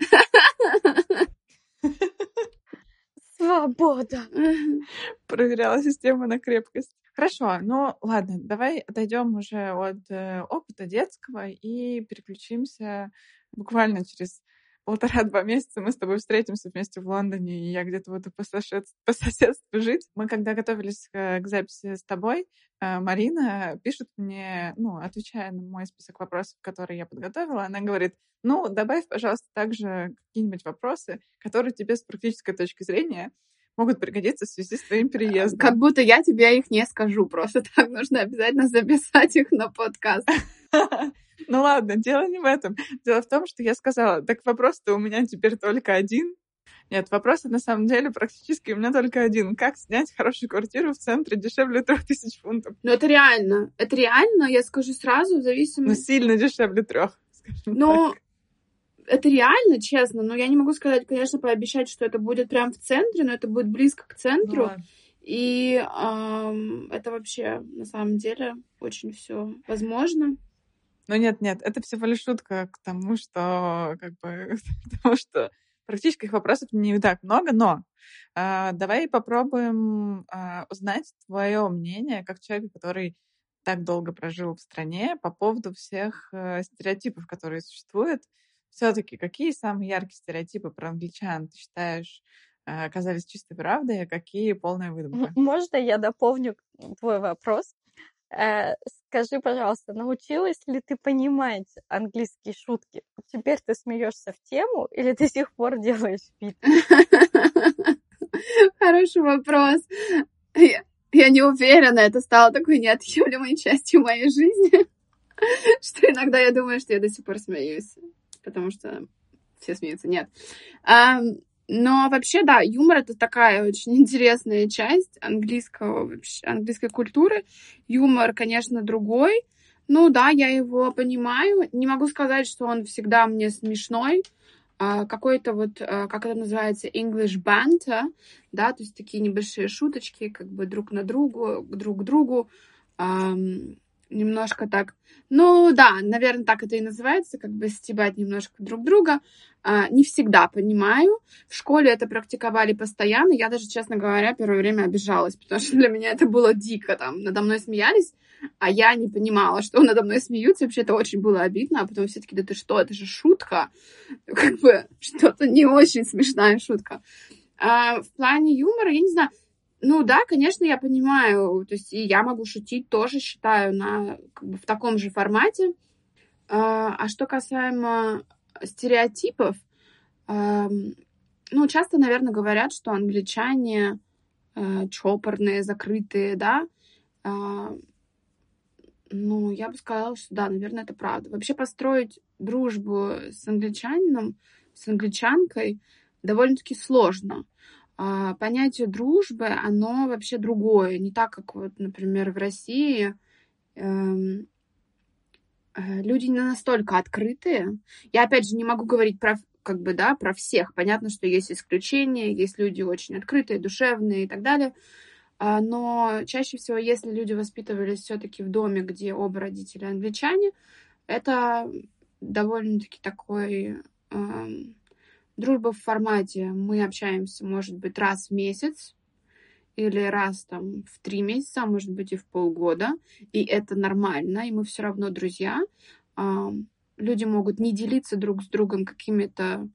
Свобода. Проверяла систему на крепкость. Хорошо, ну ладно, давай отойдем уже от э, опыта детского и переключимся буквально через полтора-два месяца. Мы с тобой встретимся вместе в Лондоне, и я где-то буду по, сошед- по соседству жить. Мы когда готовились к, к записи с тобой, э, Марина пишет мне, ну, отвечая на мой список вопросов, которые я подготовила, она говорит, ну, добавь, пожалуйста, также какие-нибудь вопросы, которые тебе с практической точки зрения могут пригодиться в связи с твоим переездом. Как будто я тебе их не скажу. Просто так нужно обязательно записать их на подкаст. Ну ладно, дело не в этом. Дело в том, что я сказала, так вопрос-то у меня теперь только один. Нет, вопрос на самом деле практически у меня только один. Как снять хорошую квартиру в центре дешевле трех тысяч фунтов? Но это реально. Это реально, я скажу сразу, в Ну, зависимости... сильно дешевле трех, скажем Но так. это реально, честно. Но я не могу сказать, конечно, пообещать, что это будет прям в центре, но это будет близко к Ну центру. ладно. И ам, это вообще, на самом деле, очень все возможно. Но нет, нет, это всего лишь шутка к тому, что как бы к тому, что практических вопросов не так много, но а, давай попробуем а, узнать твое мнение как человека, который так долго прожил в стране, по поводу всех э, стереотипов, которые существуют. Все-таки какие самые яркие стереотипы про англичан ты считаешь э, оказались чистой правдой, а какие полная М- выдумка? Можно я дополню твой вопрос? Э, Скажи, пожалуйста, научилась ли ты понимать английские шутки? Теперь ты смеешься в тему или до сих пор делаешь вид? Хороший вопрос. Я, я не уверена, это стало такой неотъемлемой частью моей жизни, что иногда я думаю, что я до сих пор смеюсь, потому что все смеются. Нет. Ам, но вообще, да, юмор — это такая очень интересная часть английского, вообще, английской культуры. Юмор, конечно, другой. Ну да, я его понимаю. Не могу сказать, что он всегда мне смешной. А, какой-то вот, а, как это называется, English banter, да, то есть такие небольшие шуточки, как бы друг на другу, друг к другу, ам, немножко так. Ну да, наверное, так это и называется, как бы стебать немножко друг друга. А, не всегда понимаю. В школе это практиковали постоянно. Я даже, честно говоря, первое время обижалась, потому что для меня это было дико. Там надо мной смеялись, а я не понимала, что надо мной смеются. Вообще это очень было обидно. А потом все таки да ты что, это же шутка. Как бы что-то не очень смешная шутка. А в плане юмора, я не знаю, ну да, конечно, я понимаю, то есть и я могу шутить тоже, считаю, на, как бы, в таком же формате. А, а что касаемо стереотипов, ам, ну, часто, наверное, говорят, что англичане э, чопорные, закрытые, да. А, ну, я бы сказала, что да, наверное, это правда. Вообще построить дружбу с англичанином, с англичанкой довольно-таки сложно. А, понятие дружбы, оно вообще другое. Не так, как вот, например, в России. Эм, э, люди не настолько открытые. Я, опять же, не могу говорить про, как бы, да, про всех. Понятно, что есть исключения, есть люди очень открытые, душевные и так далее. А, Но чаще всего, если люди воспитывались все-таки в доме, где оба родителя англичане, это довольно-таки такой эм, дружба в формате. Мы общаемся, может быть, раз в месяц, или раз там в три месяца, а может быть и в полгода, и это нормально, и мы все равно друзья. А, люди могут не делиться друг с другом какими-то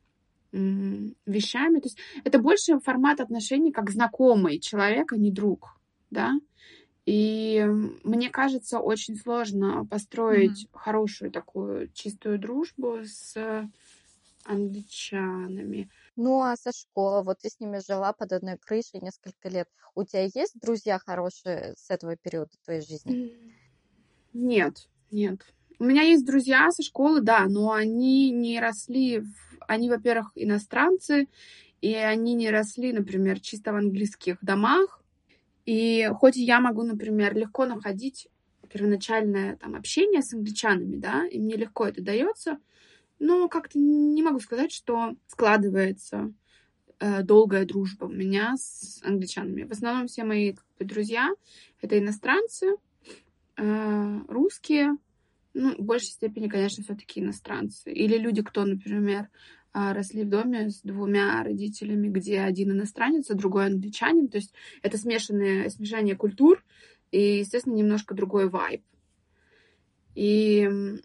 м, вещами. То есть это больше формат отношений как знакомый человек, а не друг, да. И мне кажется, очень сложно построить Мгм. хорошую такую чистую дружбу с англичанами. Ну, а со школы, вот ты с ними жила под одной крышей несколько лет. У тебя есть друзья хорошие с этого периода твоей жизни? М, Нет, нет. У меня есть друзья со школы, да, но они не росли... в- Они, во-первых, иностранцы, и они не росли, например, чисто в английских домах. И хоть я могу, например, легко находить первоначальное там общение с англичанами, да, и мне легко это дается, но как-то не могу сказать, что складывается э, долгая дружба у меня с англичанами. В основном все мои как бы, друзья это иностранцы, э, русские, ну, в большей степени, конечно, все-таки иностранцы. Или люди, кто, например, а, росли в доме с двумя родителями, где один иностранец, а другой англичанин. То есть это смешанное, смешание культур и, естественно, немножко другой вайб. И м,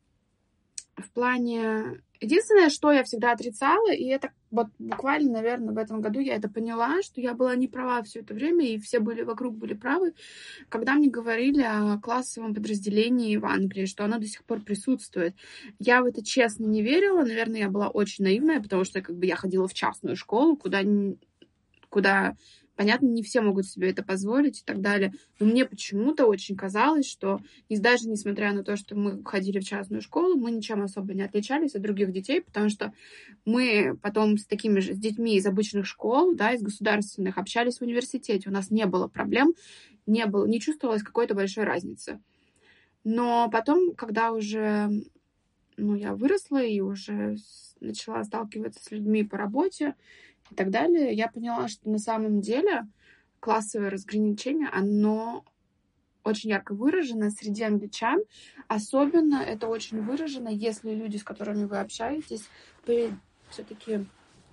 в плане... Единственное, что я всегда отрицала, и это вот буквально, наверное, в этом году я это поняла, что я была не права все это время, и все были вокруг были правы, когда мне говорили о классовом подразделении в Англии, что оно до сих пор присутствует. Я в это честно не верила. Наверное, я была очень наивная, потому что как бы я ходила в частную школу, куда, н- куда понятно, не все могут себе это позволить и так далее. Но мне почему-то очень казалось, что и даже несмотря на то, что мы ходили в частную школу, мы ничем особо не отличались от других детей, потому что мы потом с такими же с детьми из обычных школ, да, из государственных, общались в университете. У нас не было проблем, не было, не чувствовалось какой-то большой разницы. Но потом, когда уже ну, я выросла и уже с- начала сталкиваться с людьми по работе и так далее, я поняла, что на самом деле классовое разграничение, оно очень ярко выражено среди англичан. Особенно это очень выражено, если люди, с которыми вы общаетесь, все-таки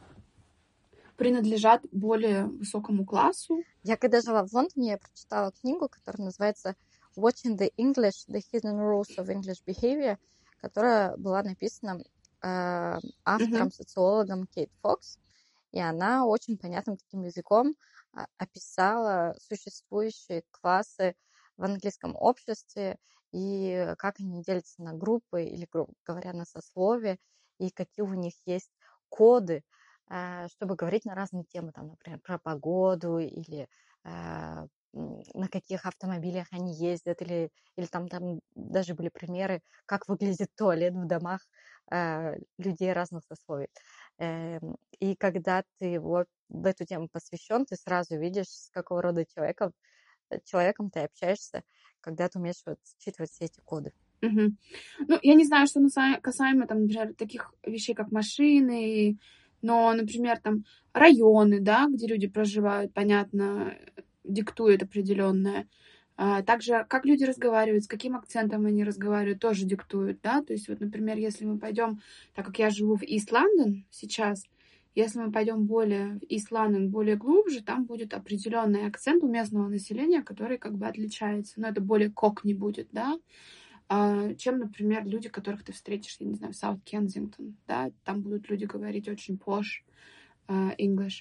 принадлежат более высокому классу. Я когда жила в Лондоне, я прочитала книгу, которая называется Watching the English, The Hidden Rules of English Behavior, которая была написана э, автором, Мгм. социологом Кейт Фокс, и она очень понятным таким языком а, описала существующие классы в английском обществе и как они делятся на группы или, грубо говоря, на сословия, и какие у них есть коды, э, чтобы говорить на разные темы, там, например, про погоду или э, м, на каких автомобилях они ездят, или, или там, там даже были примеры, как выглядит туалет в домах э, людей разных сословий. Эм, И когда ты вот в эту тему посвящен, ты сразу видишь, с какого рода человеком, человеком ты общаешься, когда ты умеешь вот считывать все эти коды. Мгм. Ну, я не знаю, что наса- касаемо, там, например, таких вещей, как машины, и- но, например, там, районы, да, где люди проживают, понятно, диктует определенное. А также, как люди разговаривают, с каким акцентом они разговаривают, тоже диктует, да. То есть, вот, например, если мы пойдем, так как я живу в Ист-Лондон сейчас, если мы пойдем более в Ист-Лондон, более глубже, там будет определенный акцент у местного населения, который как бы отличается. Но это более кокни будет, да, а, чем, например, люди, которых ты встретишь, я не знаю, в Саут Кенсингтон, да, там будут люди говорить очень posh а, English.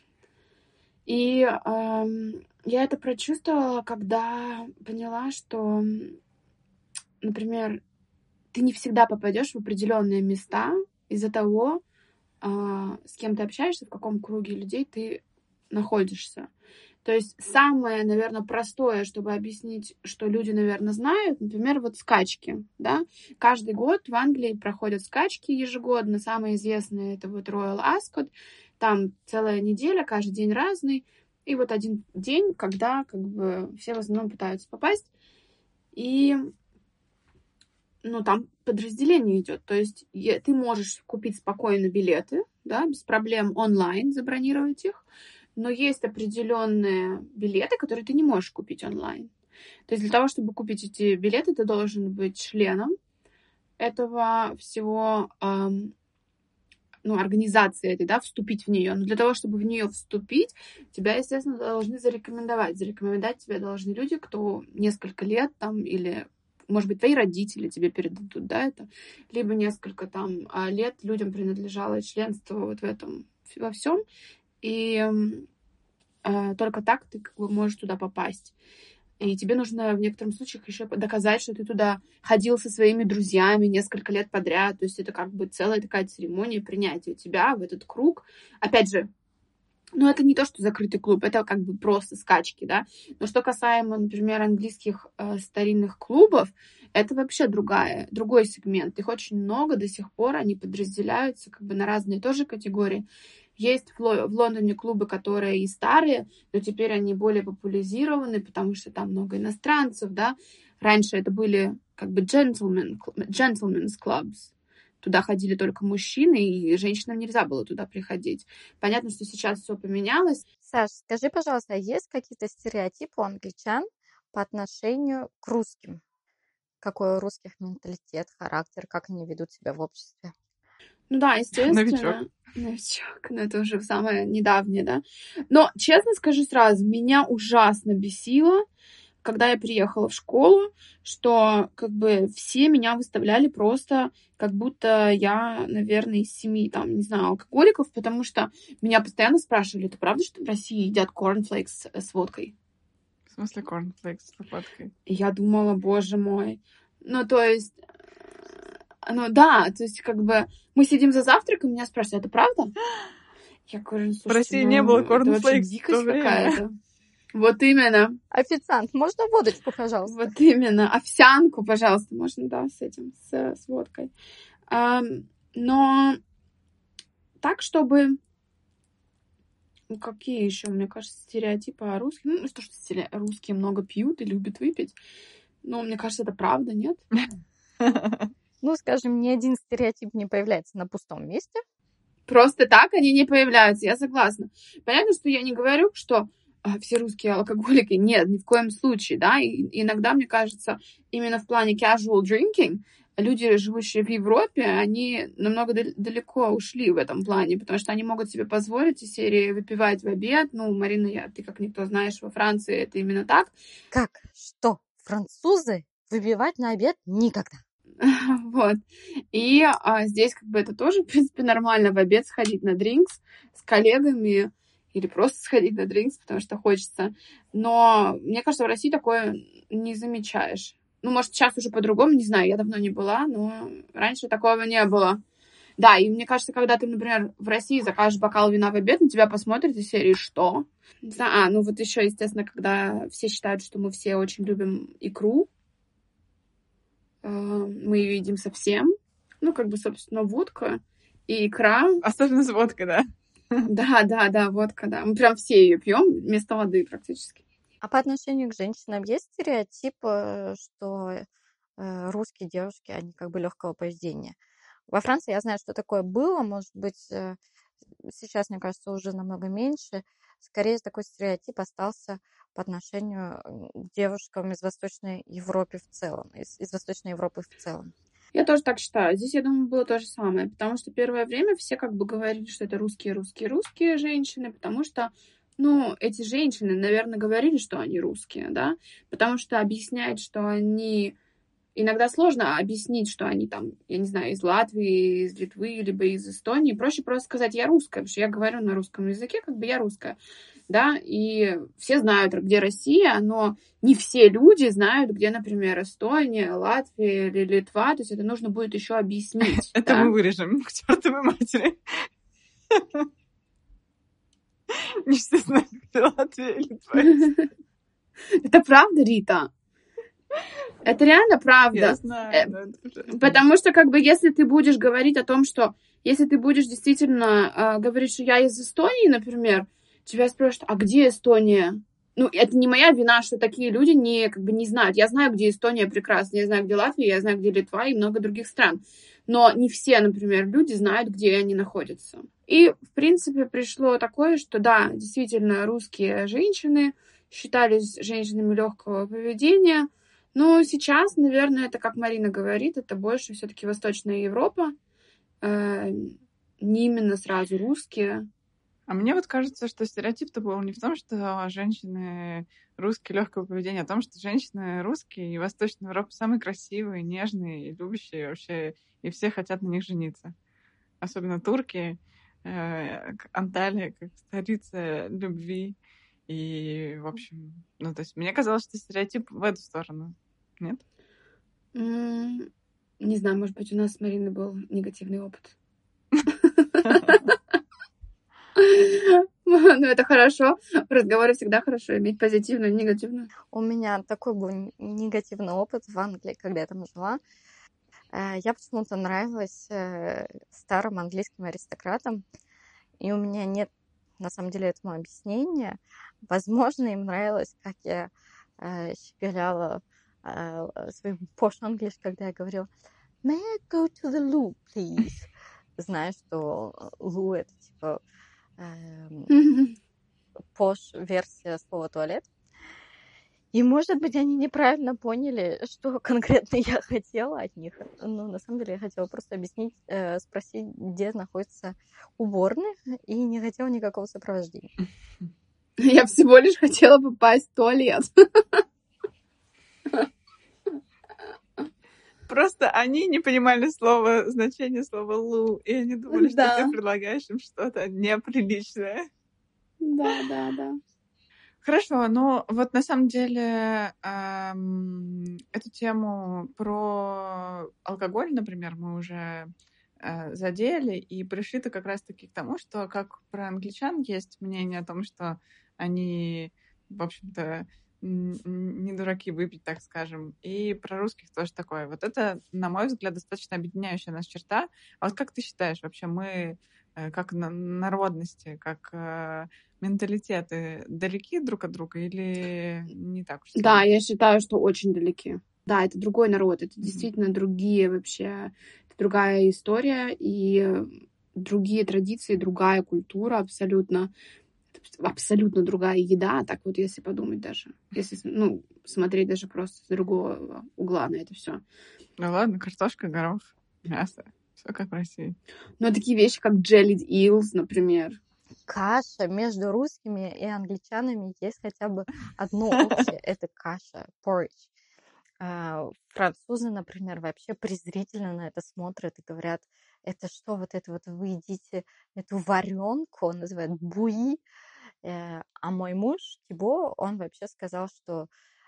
И ам, я это прочувствовала, когда поняла, что, м, например, ты не всегда попадешь в определенные места из-за того, а, с кем ты общаешься, в каком круге людей ты находишься. То есть самое, наверное, простое, чтобы объяснить, что люди, наверное, знают, например, вот скачки, да. Каждый год в Англии проходят скачки ежегодно. Самые известные это вот Royal Ascot. Там целая неделя, каждый день разный. И вот один день, когда как бы все в основном пытаются попасть. И ну, там подразделение идет. То есть е- ты можешь купить спокойно билеты, да, без проблем онлайн забронировать их, но есть определенные билеты, которые ты не можешь купить онлайн. То есть для того, чтобы купить эти билеты, ты должен быть членом этого всего, ам, ну, организации этой, да, вступить в нее. Но для того, чтобы в нее вступить, тебя, естественно, должны зарекомендовать. Зарекомендовать тебя должны люди, кто несколько лет там или, может быть, твои родители тебе передадут, да, это, либо несколько там лет людям принадлежало членство вот в этом, во всем, и э, только так ты как бы можешь туда попасть. И тебе нужно в некоторых случаях еще доказать, что ты туда ходил со своими друзьями несколько лет подряд. То есть это как бы целая такая церемония принятия тебя в этот круг. Опять же, ну, это не то, что закрытый клуб, это как бы просто скачки, да. Но что касаемо, например, английских э, старинных клубов, это вообще другая, другой сегмент. Их очень много до сих пор, они подразделяются как бы на разные тоже категории. Есть в, Ло- в Лондоне клубы, которые и старые, но теперь они более популяризированы, потому что там много иностранцев, да. Раньше это были как бы gentlemen, gentlemen's clubs. Туда ходили только мужчины, и женщинам нельзя было туда приходить. Понятно, что сейчас все поменялось. Саш, скажи, пожалуйста, а есть какие-то стереотипы у англичан по отношению к русским? Какой у русских менталитет, характер, как они ведут себя в обществе? Ну да, естественно. Новичок. Новичок. Ну, это уже самое недавнее, да. Но, честно скажу сразу, меня ужасно бесило, когда я приехала в школу, что как бы все меня выставляли просто, как будто я, наверное, из семьи, там, не знаю, алкоголиков, потому что меня постоянно спрашивали, это правда, что в России едят корнфлейкс с водкой? В смысле корнфлейкс с водкой? И я думала, боже мой. Ну, то есть, ну да, то есть как бы мы сидим за завтраком, меня спрашивают, это правда? Я говорю, слушайте, В России ну, не было это вообще корнфлейкс в то дикость время. какая-то. Вот именно. Официант, можно водочку, пожалуйста? Вот именно. Овсянку, пожалуйста, можно, да, с этим, с, с водкой. Ам, но так, чтобы... Ну, какие еще, мне кажется, стереотипы о русских? Ну, то, что стере- русские много пьют и любят выпить. Ну, мне кажется, это правда, нет? Ну, скажем, ни один стереотип не появляется на пустом месте. Просто так они не появляются, я согласна. Понятно, что я не говорю, что а, все русские алкоголики. Нет, ни в коем случае, да. И иногда, мне кажется, именно в плане casual drinking люди, живущие в Европе, они намного дал- далеко ушли в этом плане, потому что они могут себе позволить из серии выпивать в обед. Ну, Марина, я, ты как никто знаешь, во Франции это именно так. Как? Что? Французы выпивать на обед никогда. Вот. И а, здесь как бы это тоже, в принципе, нормально в обед сходить на дринкс с коллегами или просто сходить на дринкс, потому что хочется. Но мне кажется, в России такое не замечаешь. Ну, может, сейчас уже по-другому, не знаю, я давно не была, но раньше такого не было. Да, и мне кажется, когда ты, например, в России закажешь бокал вина в обед, на тебя посмотрят из серии «Что?». Не знаю, а, ну вот еще, естественно, когда все считают, что мы все очень любим икру, мы ее едим совсем. Ну, как бы, собственно, водка и икра. Особенно с водкой, да? Да, да, да, водка, да. Мы прям все ее пьем вместо воды практически. А по отношению к женщинам есть стереотип, э, что э, русские девушки, они как бы легкого поведения? Во Франции я знаю, что такое было, может быть, э, сейчас, мне кажется, уже намного меньше. Скорее, такой стереотип остался по отношению м, к девушкам из Восточной Европы в целом, из, из Восточной Европы в целом. Я тоже так считаю. Здесь, я думаю, было то же самое, потому что первое время все как бы говорили, что это русские, русские, русские женщины, потому что, ну, эти женщины, наверное, говорили, что они русские, да, потому что объяснять, что они... Иногда сложно объяснить, что они там, я не знаю, из Латвии, из Литвы, либо из Эстонии. Проще просто сказать, я русская, потому что я говорю на русском языке, как бы я русская, да, и все знают, где Россия, но не все люди знают, где, например, Эстония, Латвия или Литва, то есть это нужно будет еще объяснить. Это мы вырежем к чертовой матери. Не все знают, где Латвия и Литва. Это правда, Рита? Это реально правда. Я знаю, но это ужасно. Потому что, как бы, если ты будешь говорить о том, что... Если ты будешь действительно э, говорить, что я из Эстонии, например, тебя спрашивают, а где Эстония? Ну, это не моя вина, что такие люди не, как бы, не знают. Я знаю, где Эстония прекрасно. Я знаю, где Латвия, я знаю, где Литва и много других стран. Но не все, например, люди знают, где они находятся. И, в принципе, пришло такое, что, да, действительно, русские женщины считались женщинами легкого поведения. Но сейчас, наверное, это, как Марина говорит, это больше все-таки Восточная Европа. не именно сразу русские. А мне вот кажется, что стереотип-то был не в том, что женщины русские легкого поведения, а в том, что женщины русские и Восточная Европа самые красивые, нежные и любящие вообще, и все хотят на них жениться. Особенно турки, э, Анталия как столица любви. И, в общем, ну, то есть мне казалось, что стереотип в эту сторону. Нет? М, Не знаю, может быть, у нас с Мариной был негативный опыт. Ну, это хорошо. В разговоре всегда хорошо иметь позитивную и негативную. У меня такой был н- негативный опыт в Англии, когда я там жила. Э, Я почему-то нравилась э, старым английским аристократам, и у меня нет на самом деле этому объяснения. Возможно, им нравилось, как я э, щеголяла э, своим posh English, когда я говорила «May I go to the loo, please?» Зная, что loo — это типа эм, пош-версия слова туалет. И, может быть, они неправильно поняли, что конкретно я хотела от них. Ну, на самом деле, я хотела просто объяснить, э, спросить, где находится уборная, и не хотела никакого сопровождения. Я всего лишь хотела попасть в туалет. Просто они не понимали слово, значение слова «лу», и они думали, что Да. ты предлагаешь им что-то неприличное. Да, да, да. Хорошо, но вот на самом деле эм, эту тему про алкоголь, например, мы уже э, задели и пришли-то как раз-таки к тому, что как про англичан есть мнение о том, что они, в общем-то, н- н- не дураки выпить, так скажем, и про русских тоже такое. Вот это, на мой взгляд, достаточно объединяющая нас черта. А вот как ты считаешь, вообще мы э, как на- народности, как э, менталитеты далеки друг от друга или не так уж Да, сильно? я считаю, что очень далеки. Да, это другой народ, это Мгм. действительно другие вообще, это другая история и другие традиции, другая культура абсолютно, абсолютно другая еда, так вот если подумать даже, если, с- ну, смотреть даже просто с другого угла на это все. Ну ладно, картошка, горох, мясо. Все как в России. Но такие вещи, как jellied eels, например. Каша между русскими и англичанами есть хотя бы одно общее. Это каша, porridge. А, Французы, например, вообще презрительно на это смотрят и говорят, это что, вот это вот вы едите эту варенку, он называет буи. Э, А мой муж, Тибо, он вообще сказал, что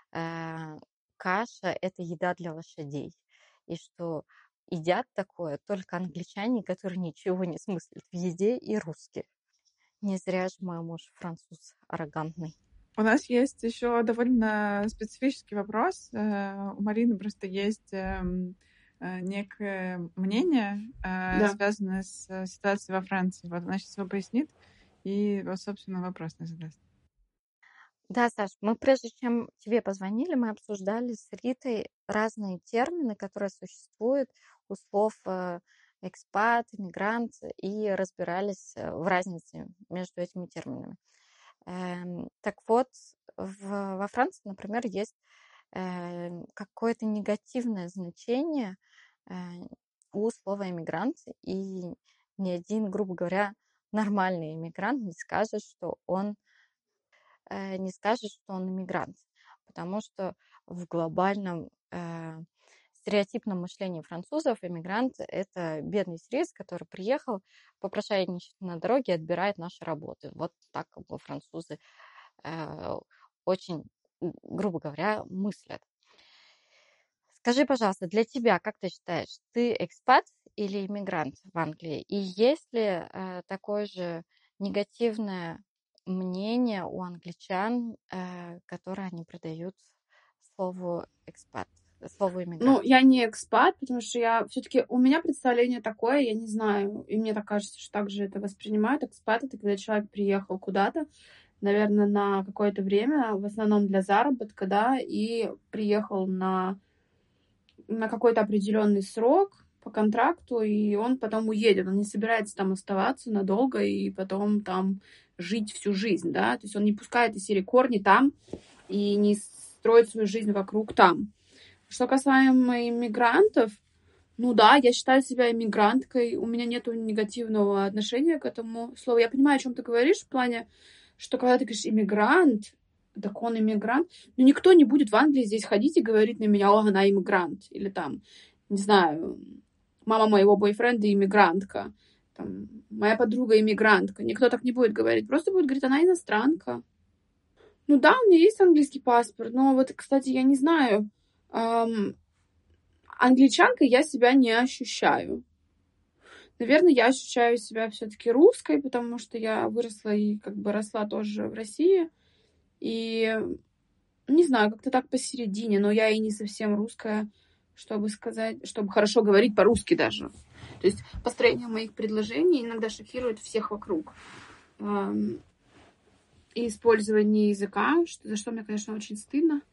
э, каша — это еда для лошадей. И что едят такое только англичане, которые ничего не смыслят в еде, и русские. Не зря же мой муж француз аррогантный. У нас есть еще довольно специфический вопрос. Э, У Марины просто есть эм, э, некое мнение, э, Да. связанное с э, ситуацией во Франции. Вот она сейчас его пояснит и, вот, собственно, вопрос не задаст. Да, Саш, мы прежде чем тебе позвонили, мы обсуждали с Ритой разные термины, которые существуют у слов э, экспат, иммигрант, и разбирались э, в разнице между этими терминами. Эм, Так вот, в- во Франции, например, есть э, какое-то негативное значение э, у слова иммигрант, и ни один, грубо говоря, нормальный иммигрант не скажет, что он э, не скажет, что он иммигрант, потому что в глобальном э, стереотипном мышлении французов иммигрант — это бедный сириец, который приехал, попрошайничает на дороге и отбирает наши работы. Вот так как бы французы э, очень, г- грубо говоря, мыслят. Скажи, пожалуйста, для тебя, как ты считаешь, ты экспат или иммигрант в Англии? И есть ли э, такое же негативное мнение у англичан, э, которое они придают слову экспат, слову иммигрант? Ну, я не экспат, потому что я все-таки у меня представление такое, я не знаю, и мне так кажется, что так же это воспринимают. Экспат — это когда человек приехал куда-то, наверное, на какое-то время, в основном для заработка, да, и приехал на, на какой-то определенный срок по контракту, и он потом уедет. Он не собирается там оставаться надолго и потом там жить всю жизнь, да, то есть он не пускает из серии корни там и не строит свою жизнь вокруг там. Что касаемо иммигрантов, Ну да, я считаю себя иммигранткой, у меня нету негативного отношения к этому слову. Я понимаю, о чем ты говоришь, в плане, что когда ты говоришь иммигрант, так он иммигрант. Но никто не будет в Англии здесь ходить и говорить на меня, о, она иммигрант. Или там, не знаю, мама моего бойфренда иммигрантка. Там, моя подруга иммигрантка. Никто так не будет говорить. Просто будет говорить, она иностранка. Ну да, у меня есть английский паспорт, но вот, кстати, я не знаю, эм, англичанкой я себя не ощущаю. Наверное, я ощущаю себя все-таки русской, потому что я выросла и как бы росла тоже в России. И не знаю, как-то так посередине, но я и не совсем русская, чтобы сказать, чтобы хорошо говорить по-русски даже. То есть построение моих предложений иногда шокирует всех вокруг. И использование языка, что, за что мне, конечно, очень стыдно.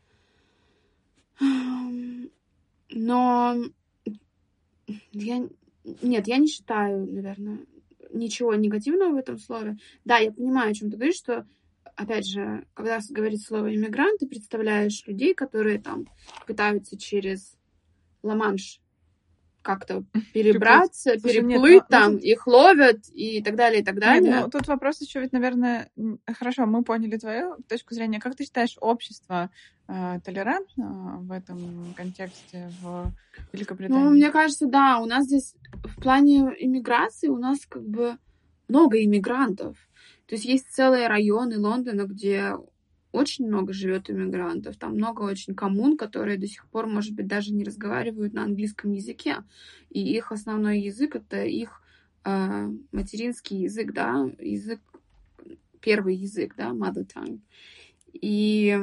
Но я... Нет, я не считаю, наверное, ничего негативного в этом слове. Да, я понимаю, о чем ты говоришь, что, опять же, когда говорит слово «иммигрант», ты представляешь людей, которые там пытаются через Ла-Манш как-то перебраться, Слушай, переплыть нет, ну, там, ну, тут... их ловят и так далее, и так далее. Нет, ну тут вопрос еще ведь, наверное, хорошо, мы поняли твою точку зрения. Как ты считаешь, общество э, толерантно в этом контексте в Великобритании? Ну, мне кажется, да, у нас здесь в плане иммиграции у нас как бы много иммигрантов. То есть есть целые районы Лондона, где очень много живет иммигрантов. Там много очень коммун, которые до сих пор, может быть, даже не разговаривают на английском языке. И их основной язык — это их э, материнский язык, да, язык, первый язык, да, mother tongue. И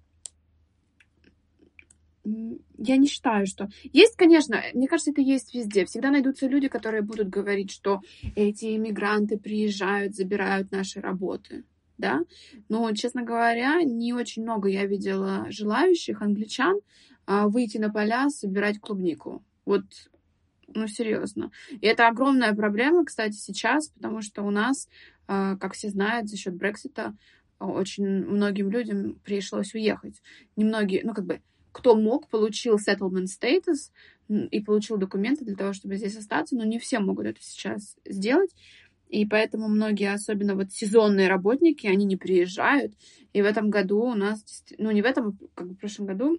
я не считаю, что... Есть, конечно, мне кажется, это есть везде. Всегда найдутся люди, которые будут говорить, что эти иммигранты приезжают, забирают наши работы. Да? Но, честно говоря, не очень много я видела желающих англичан а, выйти на поля, собирать клубнику. Вот, ну, серьезно. И это огромная проблема, кстати, сейчас, потому что у нас, а, как все знают, за счет Брексита очень многим людям пришлось уехать. Немногие, ну, как бы, кто мог, получил settlement status и получил документы для того, чтобы здесь остаться, но не все могут это сейчас сделать. И поэтому многие, особенно вот сезонные работники, они не приезжают. И в этом году у нас, ну не в этом, как бы в прошлом году,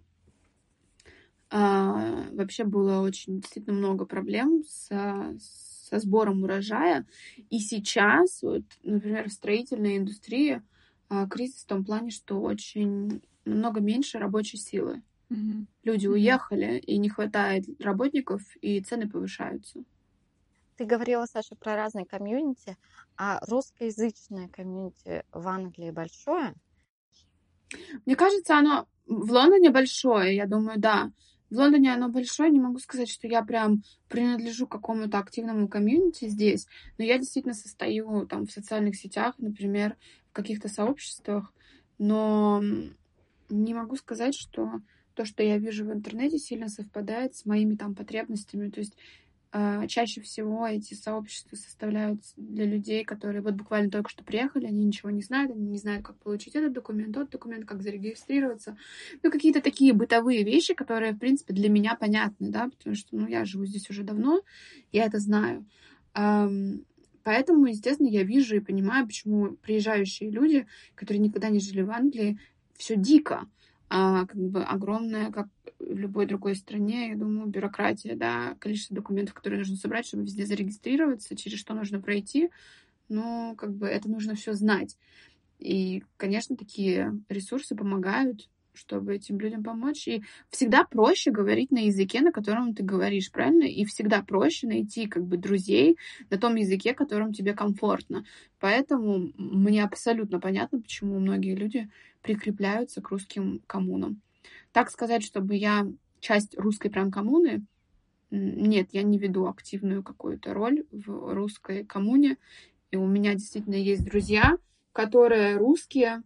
а, вообще было очень действительно много проблем со, со сбором урожая. И сейчас, вот, например, в строительной индустрии а, кризис в том плане, что очень намного меньше рабочей силы. Mm-hmm. Люди mm-hmm. уехали, и не хватает работников, и цены повышаются. Ты говорила, Саша, про разные комьюнити, а русскоязычное комьюнити в Англии большое? Мне кажется, оно в Лондоне большое, я думаю, да. В Лондоне оно большое, не могу сказать, что я прям принадлежу к какому-то активному комьюнити здесь, но я действительно состою там в социальных сетях, например, в каких-то сообществах, но не могу сказать, что то, что я вижу в интернете, сильно совпадает с моими там потребностями, то есть чаще всего эти сообщества составляют для людей, которые вот буквально только что приехали, они ничего не знают, они не знают, как получить этот документ, тот документ, как зарегистрироваться. Ну, какие-то такие бытовые вещи, которые, в принципе, для меня понятны, да, потому что, ну, я живу здесь уже давно, я это знаю. Поэтому, естественно, я вижу и понимаю, почему приезжающие люди, которые никогда не жили в Англии, все дико. А, как бы огромная, как в любой другой стране, я думаю, бюрократия, да, количество документов, которые нужно собрать, чтобы везде зарегистрироваться, через что нужно пройти, ну, как бы это нужно все знать. И, конечно, такие ресурсы помогают, чтобы этим людям помочь. И всегда проще говорить на языке, на котором ты говоришь, правильно? И всегда проще найти как бы друзей на том языке, которым тебе комфортно. Поэтому мне абсолютно понятно, почему многие люди прикрепляются к русским коммунам. Так сказать, чтобы я часть русской прям коммуны, нет, я не веду активную какую-то роль в русской коммуне. И у меня действительно есть друзья, которые русские,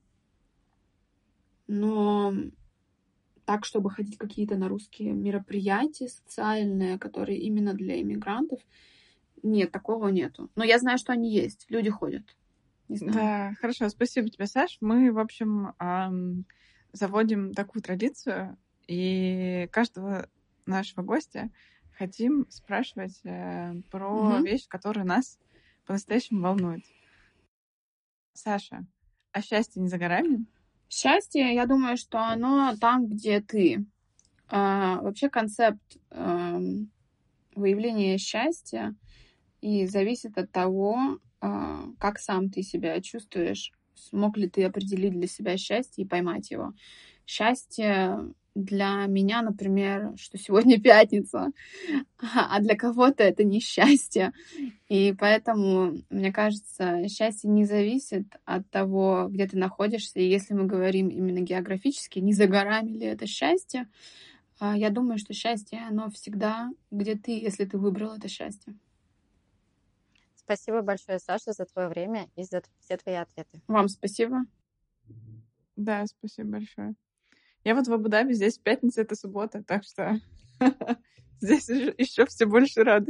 но так, чтобы ходить какие-то на русские мероприятия социальные, которые именно для иммигрантов, нет, такого нету. Но я знаю, что они есть, люди ходят. Не знаю. Да, хорошо, спасибо тебе, Саш. Мы, в общем, эм, заводим такую традицию, и каждого нашего гостя хотим спрашивать э, про Мгм. вещь, которая нас по-настоящему волнует. Саша, а счастье не за горами? Счастье, я думаю, что оно там, где ты. А, вообще концепт эм, выявления счастья и зависит от того, а, как сам ты себя чувствуешь, смог ли ты определить для себя счастье и поймать его. Счастье для меня, например, что сегодня пятница, а для кого-то это не счастье. И поэтому, мне кажется, счастье не зависит от того, где ты находишься. И если мы говорим именно географически, не за горами ли это счастье, а, я думаю, что счастье, оно всегда где ты, если ты выбрал это счастье. Спасибо большое, Саша, за твое время и за все твои ответы. Вам спасибо. Да, спасибо большое. Я вот в Абу-Даби, здесь пятница — это суббота, так что здесь еще все больше рады.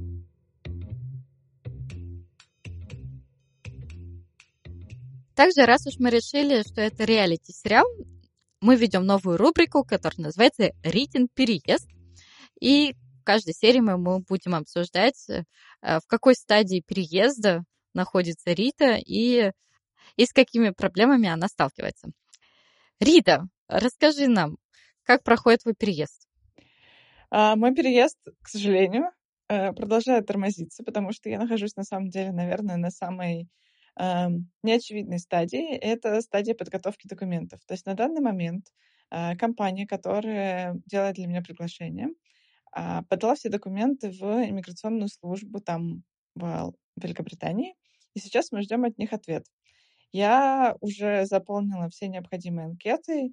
Также, раз уж мы решили, что это реалити-сериал, мы ведем новую рубрику, которая называется «Ритин переезд». И в каждой серии мы, мы будем обсуждать, э, в какой стадии переезда находится Рита и, и с какими проблемами она сталкивается. Рита, расскажи нам, как проходит твой переезд? А, мой переезд, к сожалению, э, продолжает тормозиться, потому что я нахожусь, на самом деле, наверное, на самой эм, неочевидной стадии. Это стадия подготовки документов. То есть на данный момент э, компания, которая делает для меня приглашение, а, подала все документы в иммиграционную службу там в Великобритании, и сейчас мы ждем от них ответ. Я уже заполнила все необходимые анкеты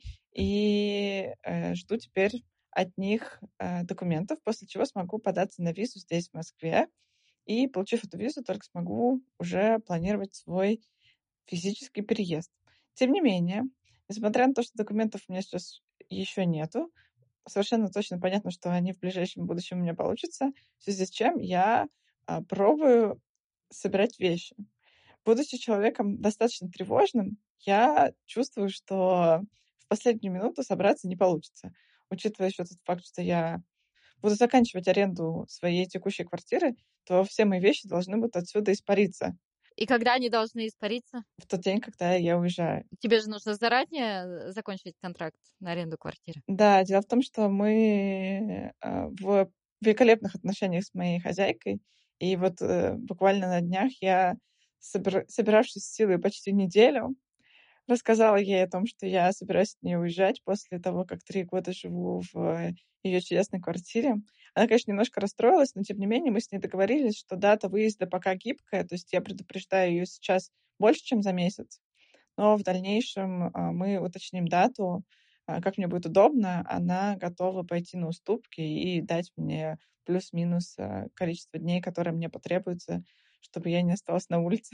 и э, жду теперь от них э, документов, после чего смогу податься на визу здесь, в Москве, и, получив эту визу, только смогу уже планировать свой физический переезд. Тем не менее, несмотря на то, что документов у меня сейчас еще нету, совершенно точно понятно, что они в ближайшем будущем у меня получатся, в связи с чем я а, пробую собирать вещи. Будучи человеком достаточно тревожным, я чувствую, что в последнюю минуту собраться не получится. Учитывая еще тот факт, что я буду заканчивать аренду своей текущей квартиры, то все мои вещи должны будут отсюда испариться И когда они должны испариться? в тот день, когда я уезжаю. Тебе же нужно заранее закончить контракт на аренду квартиры. Да, дело в том, что мы э, в великолепных отношениях с моей хозяйкой, и вот э, буквально на днях я, собира- собиравшись с силой почти неделю, рассказала ей о том, что я собираюсь от нее уезжать после того, как три года живу в ее чудесной квартире. Она, конечно, немножко расстроилась, но тем не менее мы с ней договорились, что дата выезда пока гибкая, то есть я предупреждаю ее сейчас больше, чем за месяц, но в дальнейшем а, мы уточним дату, а, как мне будет удобно. Она готова пойти на уступки и дать мне плюс-минус а, количество дней, которое мне потребуется, чтобы я не осталась на улице.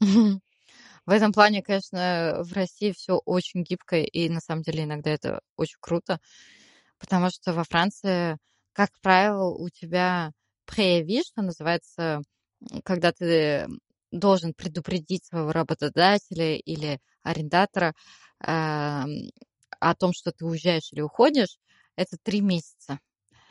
В этом плане, конечно, в России все очень гибко, и на самом деле иногда это очень круто, потому что во Франции, как правило, у тебя préavis, что называется, м, когда ты должен предупредить своего работодателя или арендатора ам, о том, что ты уезжаешь или уходишь, это три месяца.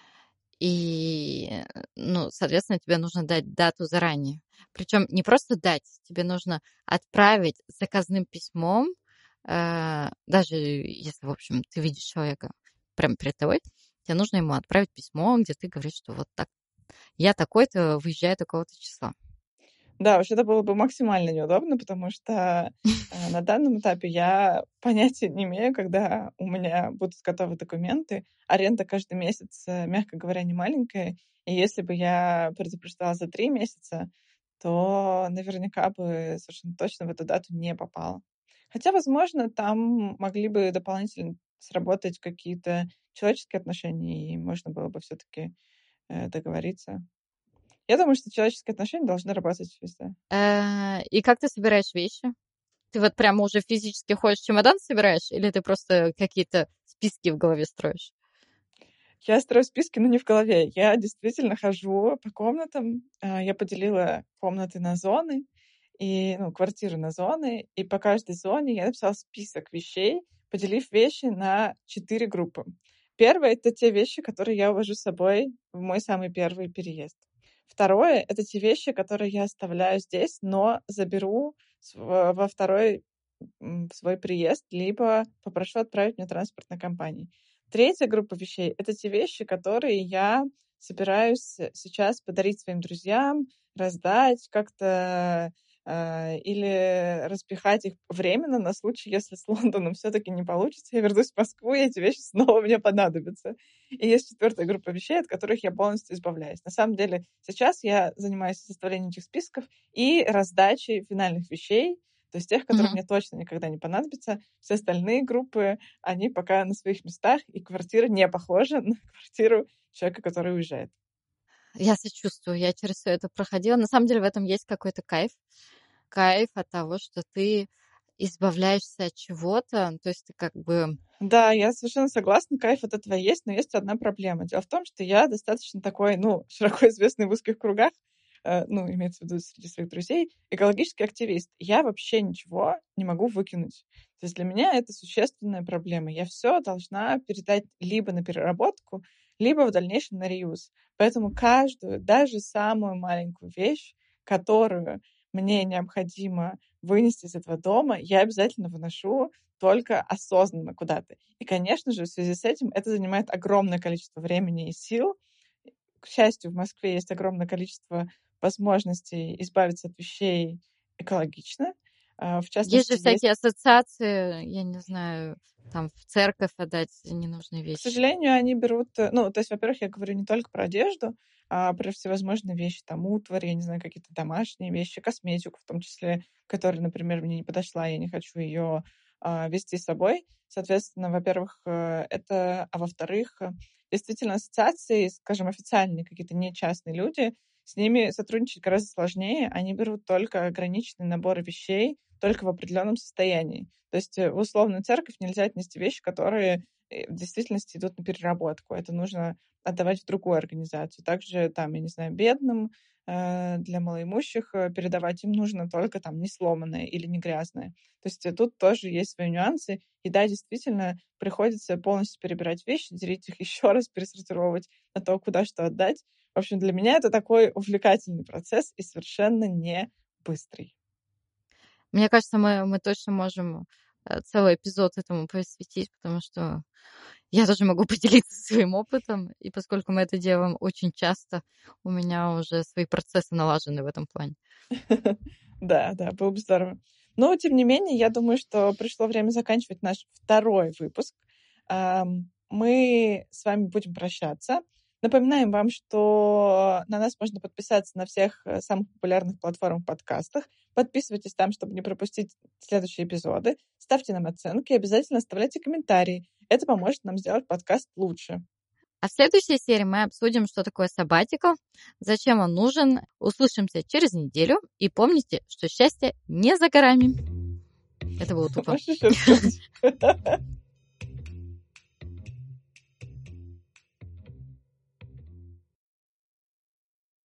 И, э, ну, соответственно, тебе нужно дать дату заранее. Причем не просто дать, тебе нужно отправить заказным письмом, э, даже если, в общем, ты видишь человека прямо перед тобой, тебе нужно ему отправить письмо, где ты говоришь, что вот так, я такой-то, выезжаю такого-то числа. Да, уж это было бы максимально неудобно, потому что э, на данном этапе я понятия не имею, когда у меня будут готовы документы. Аренда каждый месяц, э, мягко говоря, не маленькая. И если бы я предупреждала за три месяца, то наверняка бы совершенно точно в эту дату не попала. Хотя, возможно, там могли бы дополнительно сработать какие-то человеческие отношения, и можно было бы все-таки договориться. Я думаю, что человеческие отношения должны работать везде. Э, И как ты собираешь вещи? Ты вот прямо уже физически ходишь, чемодан собираешь, или ты просто какие-то списки в голове строишь? Я строю списки, но не в голове. Я действительно хожу по комнатам. А, Я поделила комнаты на зоны, и, ну, квартиры на зоны, и по каждой зоне я написала список вещей, поделив вещи на четыре группы. Первое — это те вещи, которые я увожу с собой в мой самый первый переезд. Второе — это те вещи, которые я оставляю здесь, но заберу во второй в свой приезд, либо попрошу отправить мне транспортной компании. Третья группа вещей — это те вещи, которые я собираюсь сейчас подарить своим друзьям, раздать как-то э, или распихать их временно на случай, если с Лондоном все-таки не получится, я вернусь в Москву, и эти вещи снова мне понадобятся. И есть четвертая группа вещей, от которых я полностью избавляюсь. На самом деле сейчас я занимаюсь составлением этих списков и раздачей финальных вещей, то есть тех, которые Мгм. мне точно никогда не понадобятся. Все остальные группы, они пока на своих местах, и квартира не похожа на квартиру человека, который уезжает. Я сочувствую, я через все это проходила. На самом деле в этом есть какой-то кайф. Кайф от того, что ты избавляешься от чего-то. То есть ты как бы... Да, я совершенно согласна, кайф от этого есть, но есть одна проблема. Дело в том, что я достаточно такой, ну, широко известный в узких кругах, э, ну, имеется в виду среди своих друзей, экологический активист. Я вообще ничего не могу выкинуть. То есть для меня это существенная проблема. Я все должна передать либо на переработку, либо в дальнейшем на реюз. Поэтому каждую, даже самую маленькую вещь, которую мне необходимо вынести из этого дома, я обязательно выношу только осознанно куда-то. И, конечно же, в связи с этим это занимает огромное количество времени и сил. К счастью, в Москве есть огромное количество возможностей избавиться от вещей экологично. А, В Есть частности, же есть, всякие ассоциации, я не знаю, там в церковь отдать ненужные к вещи. сожалению, они берут... э, Ну, то есть, во-первых, я говорю не только про одежду, а про всевозможные вещи, там, утварь, я не знаю, какие-то домашние вещи, косметику в том числе, которая, например, мне не подошла, я не хочу ее вести с собой. Соответственно, во-первых, э, это... А во-вторых, э, действительно, ассоциации, скажем, официальные, какие-то не частные люди, с ними сотрудничать гораздо сложнее. Они берут только ограниченный набор вещей, только в определенном состоянии. То есть э, в условную церковь нельзя отнести вещи, которые э, в действительности идут на переработку. Это нужно отдавать в другую организацию. Также там, я не знаю, бедным, э, для малоимущих э, передавать им нужно только там не сломанное или не грязное. То есть э, тут тоже есть свои нюансы. И да, действительно, приходится полностью перебирать вещи, делить их еще раз, пересортировать на то, куда что отдать. В общем, для меня это такой увлекательный процесс и совершенно не быстрый. Мне кажется, мы, мы точно можем э, целый эпизод этому посвятить, потому что я тоже могу поделиться своим опытом, и поскольку мы это делаем очень часто, у меня уже свои процессы налажены в этом плане. Да, да, было бы здорово. Но, тем не менее, я думаю, что пришло время заканчивать наш второй выпуск. Ам, Мы с вами будем прощаться. Напоминаем вам, что на нас можно подписаться на всех э, самых популярных платформах подкастах. Подписывайтесь там, чтобы не пропустить следующие эпизоды. Ставьте нам оценки и обязательно оставляйте комментарии. Это поможет нам сделать подкаст лучше. А в следующей серии мы обсудим, что такое sabbatical, зачем он нужен. Услышимся через неделю. И помните, что счастье не за горами. Это было тупо. Можешь еще раз сказать?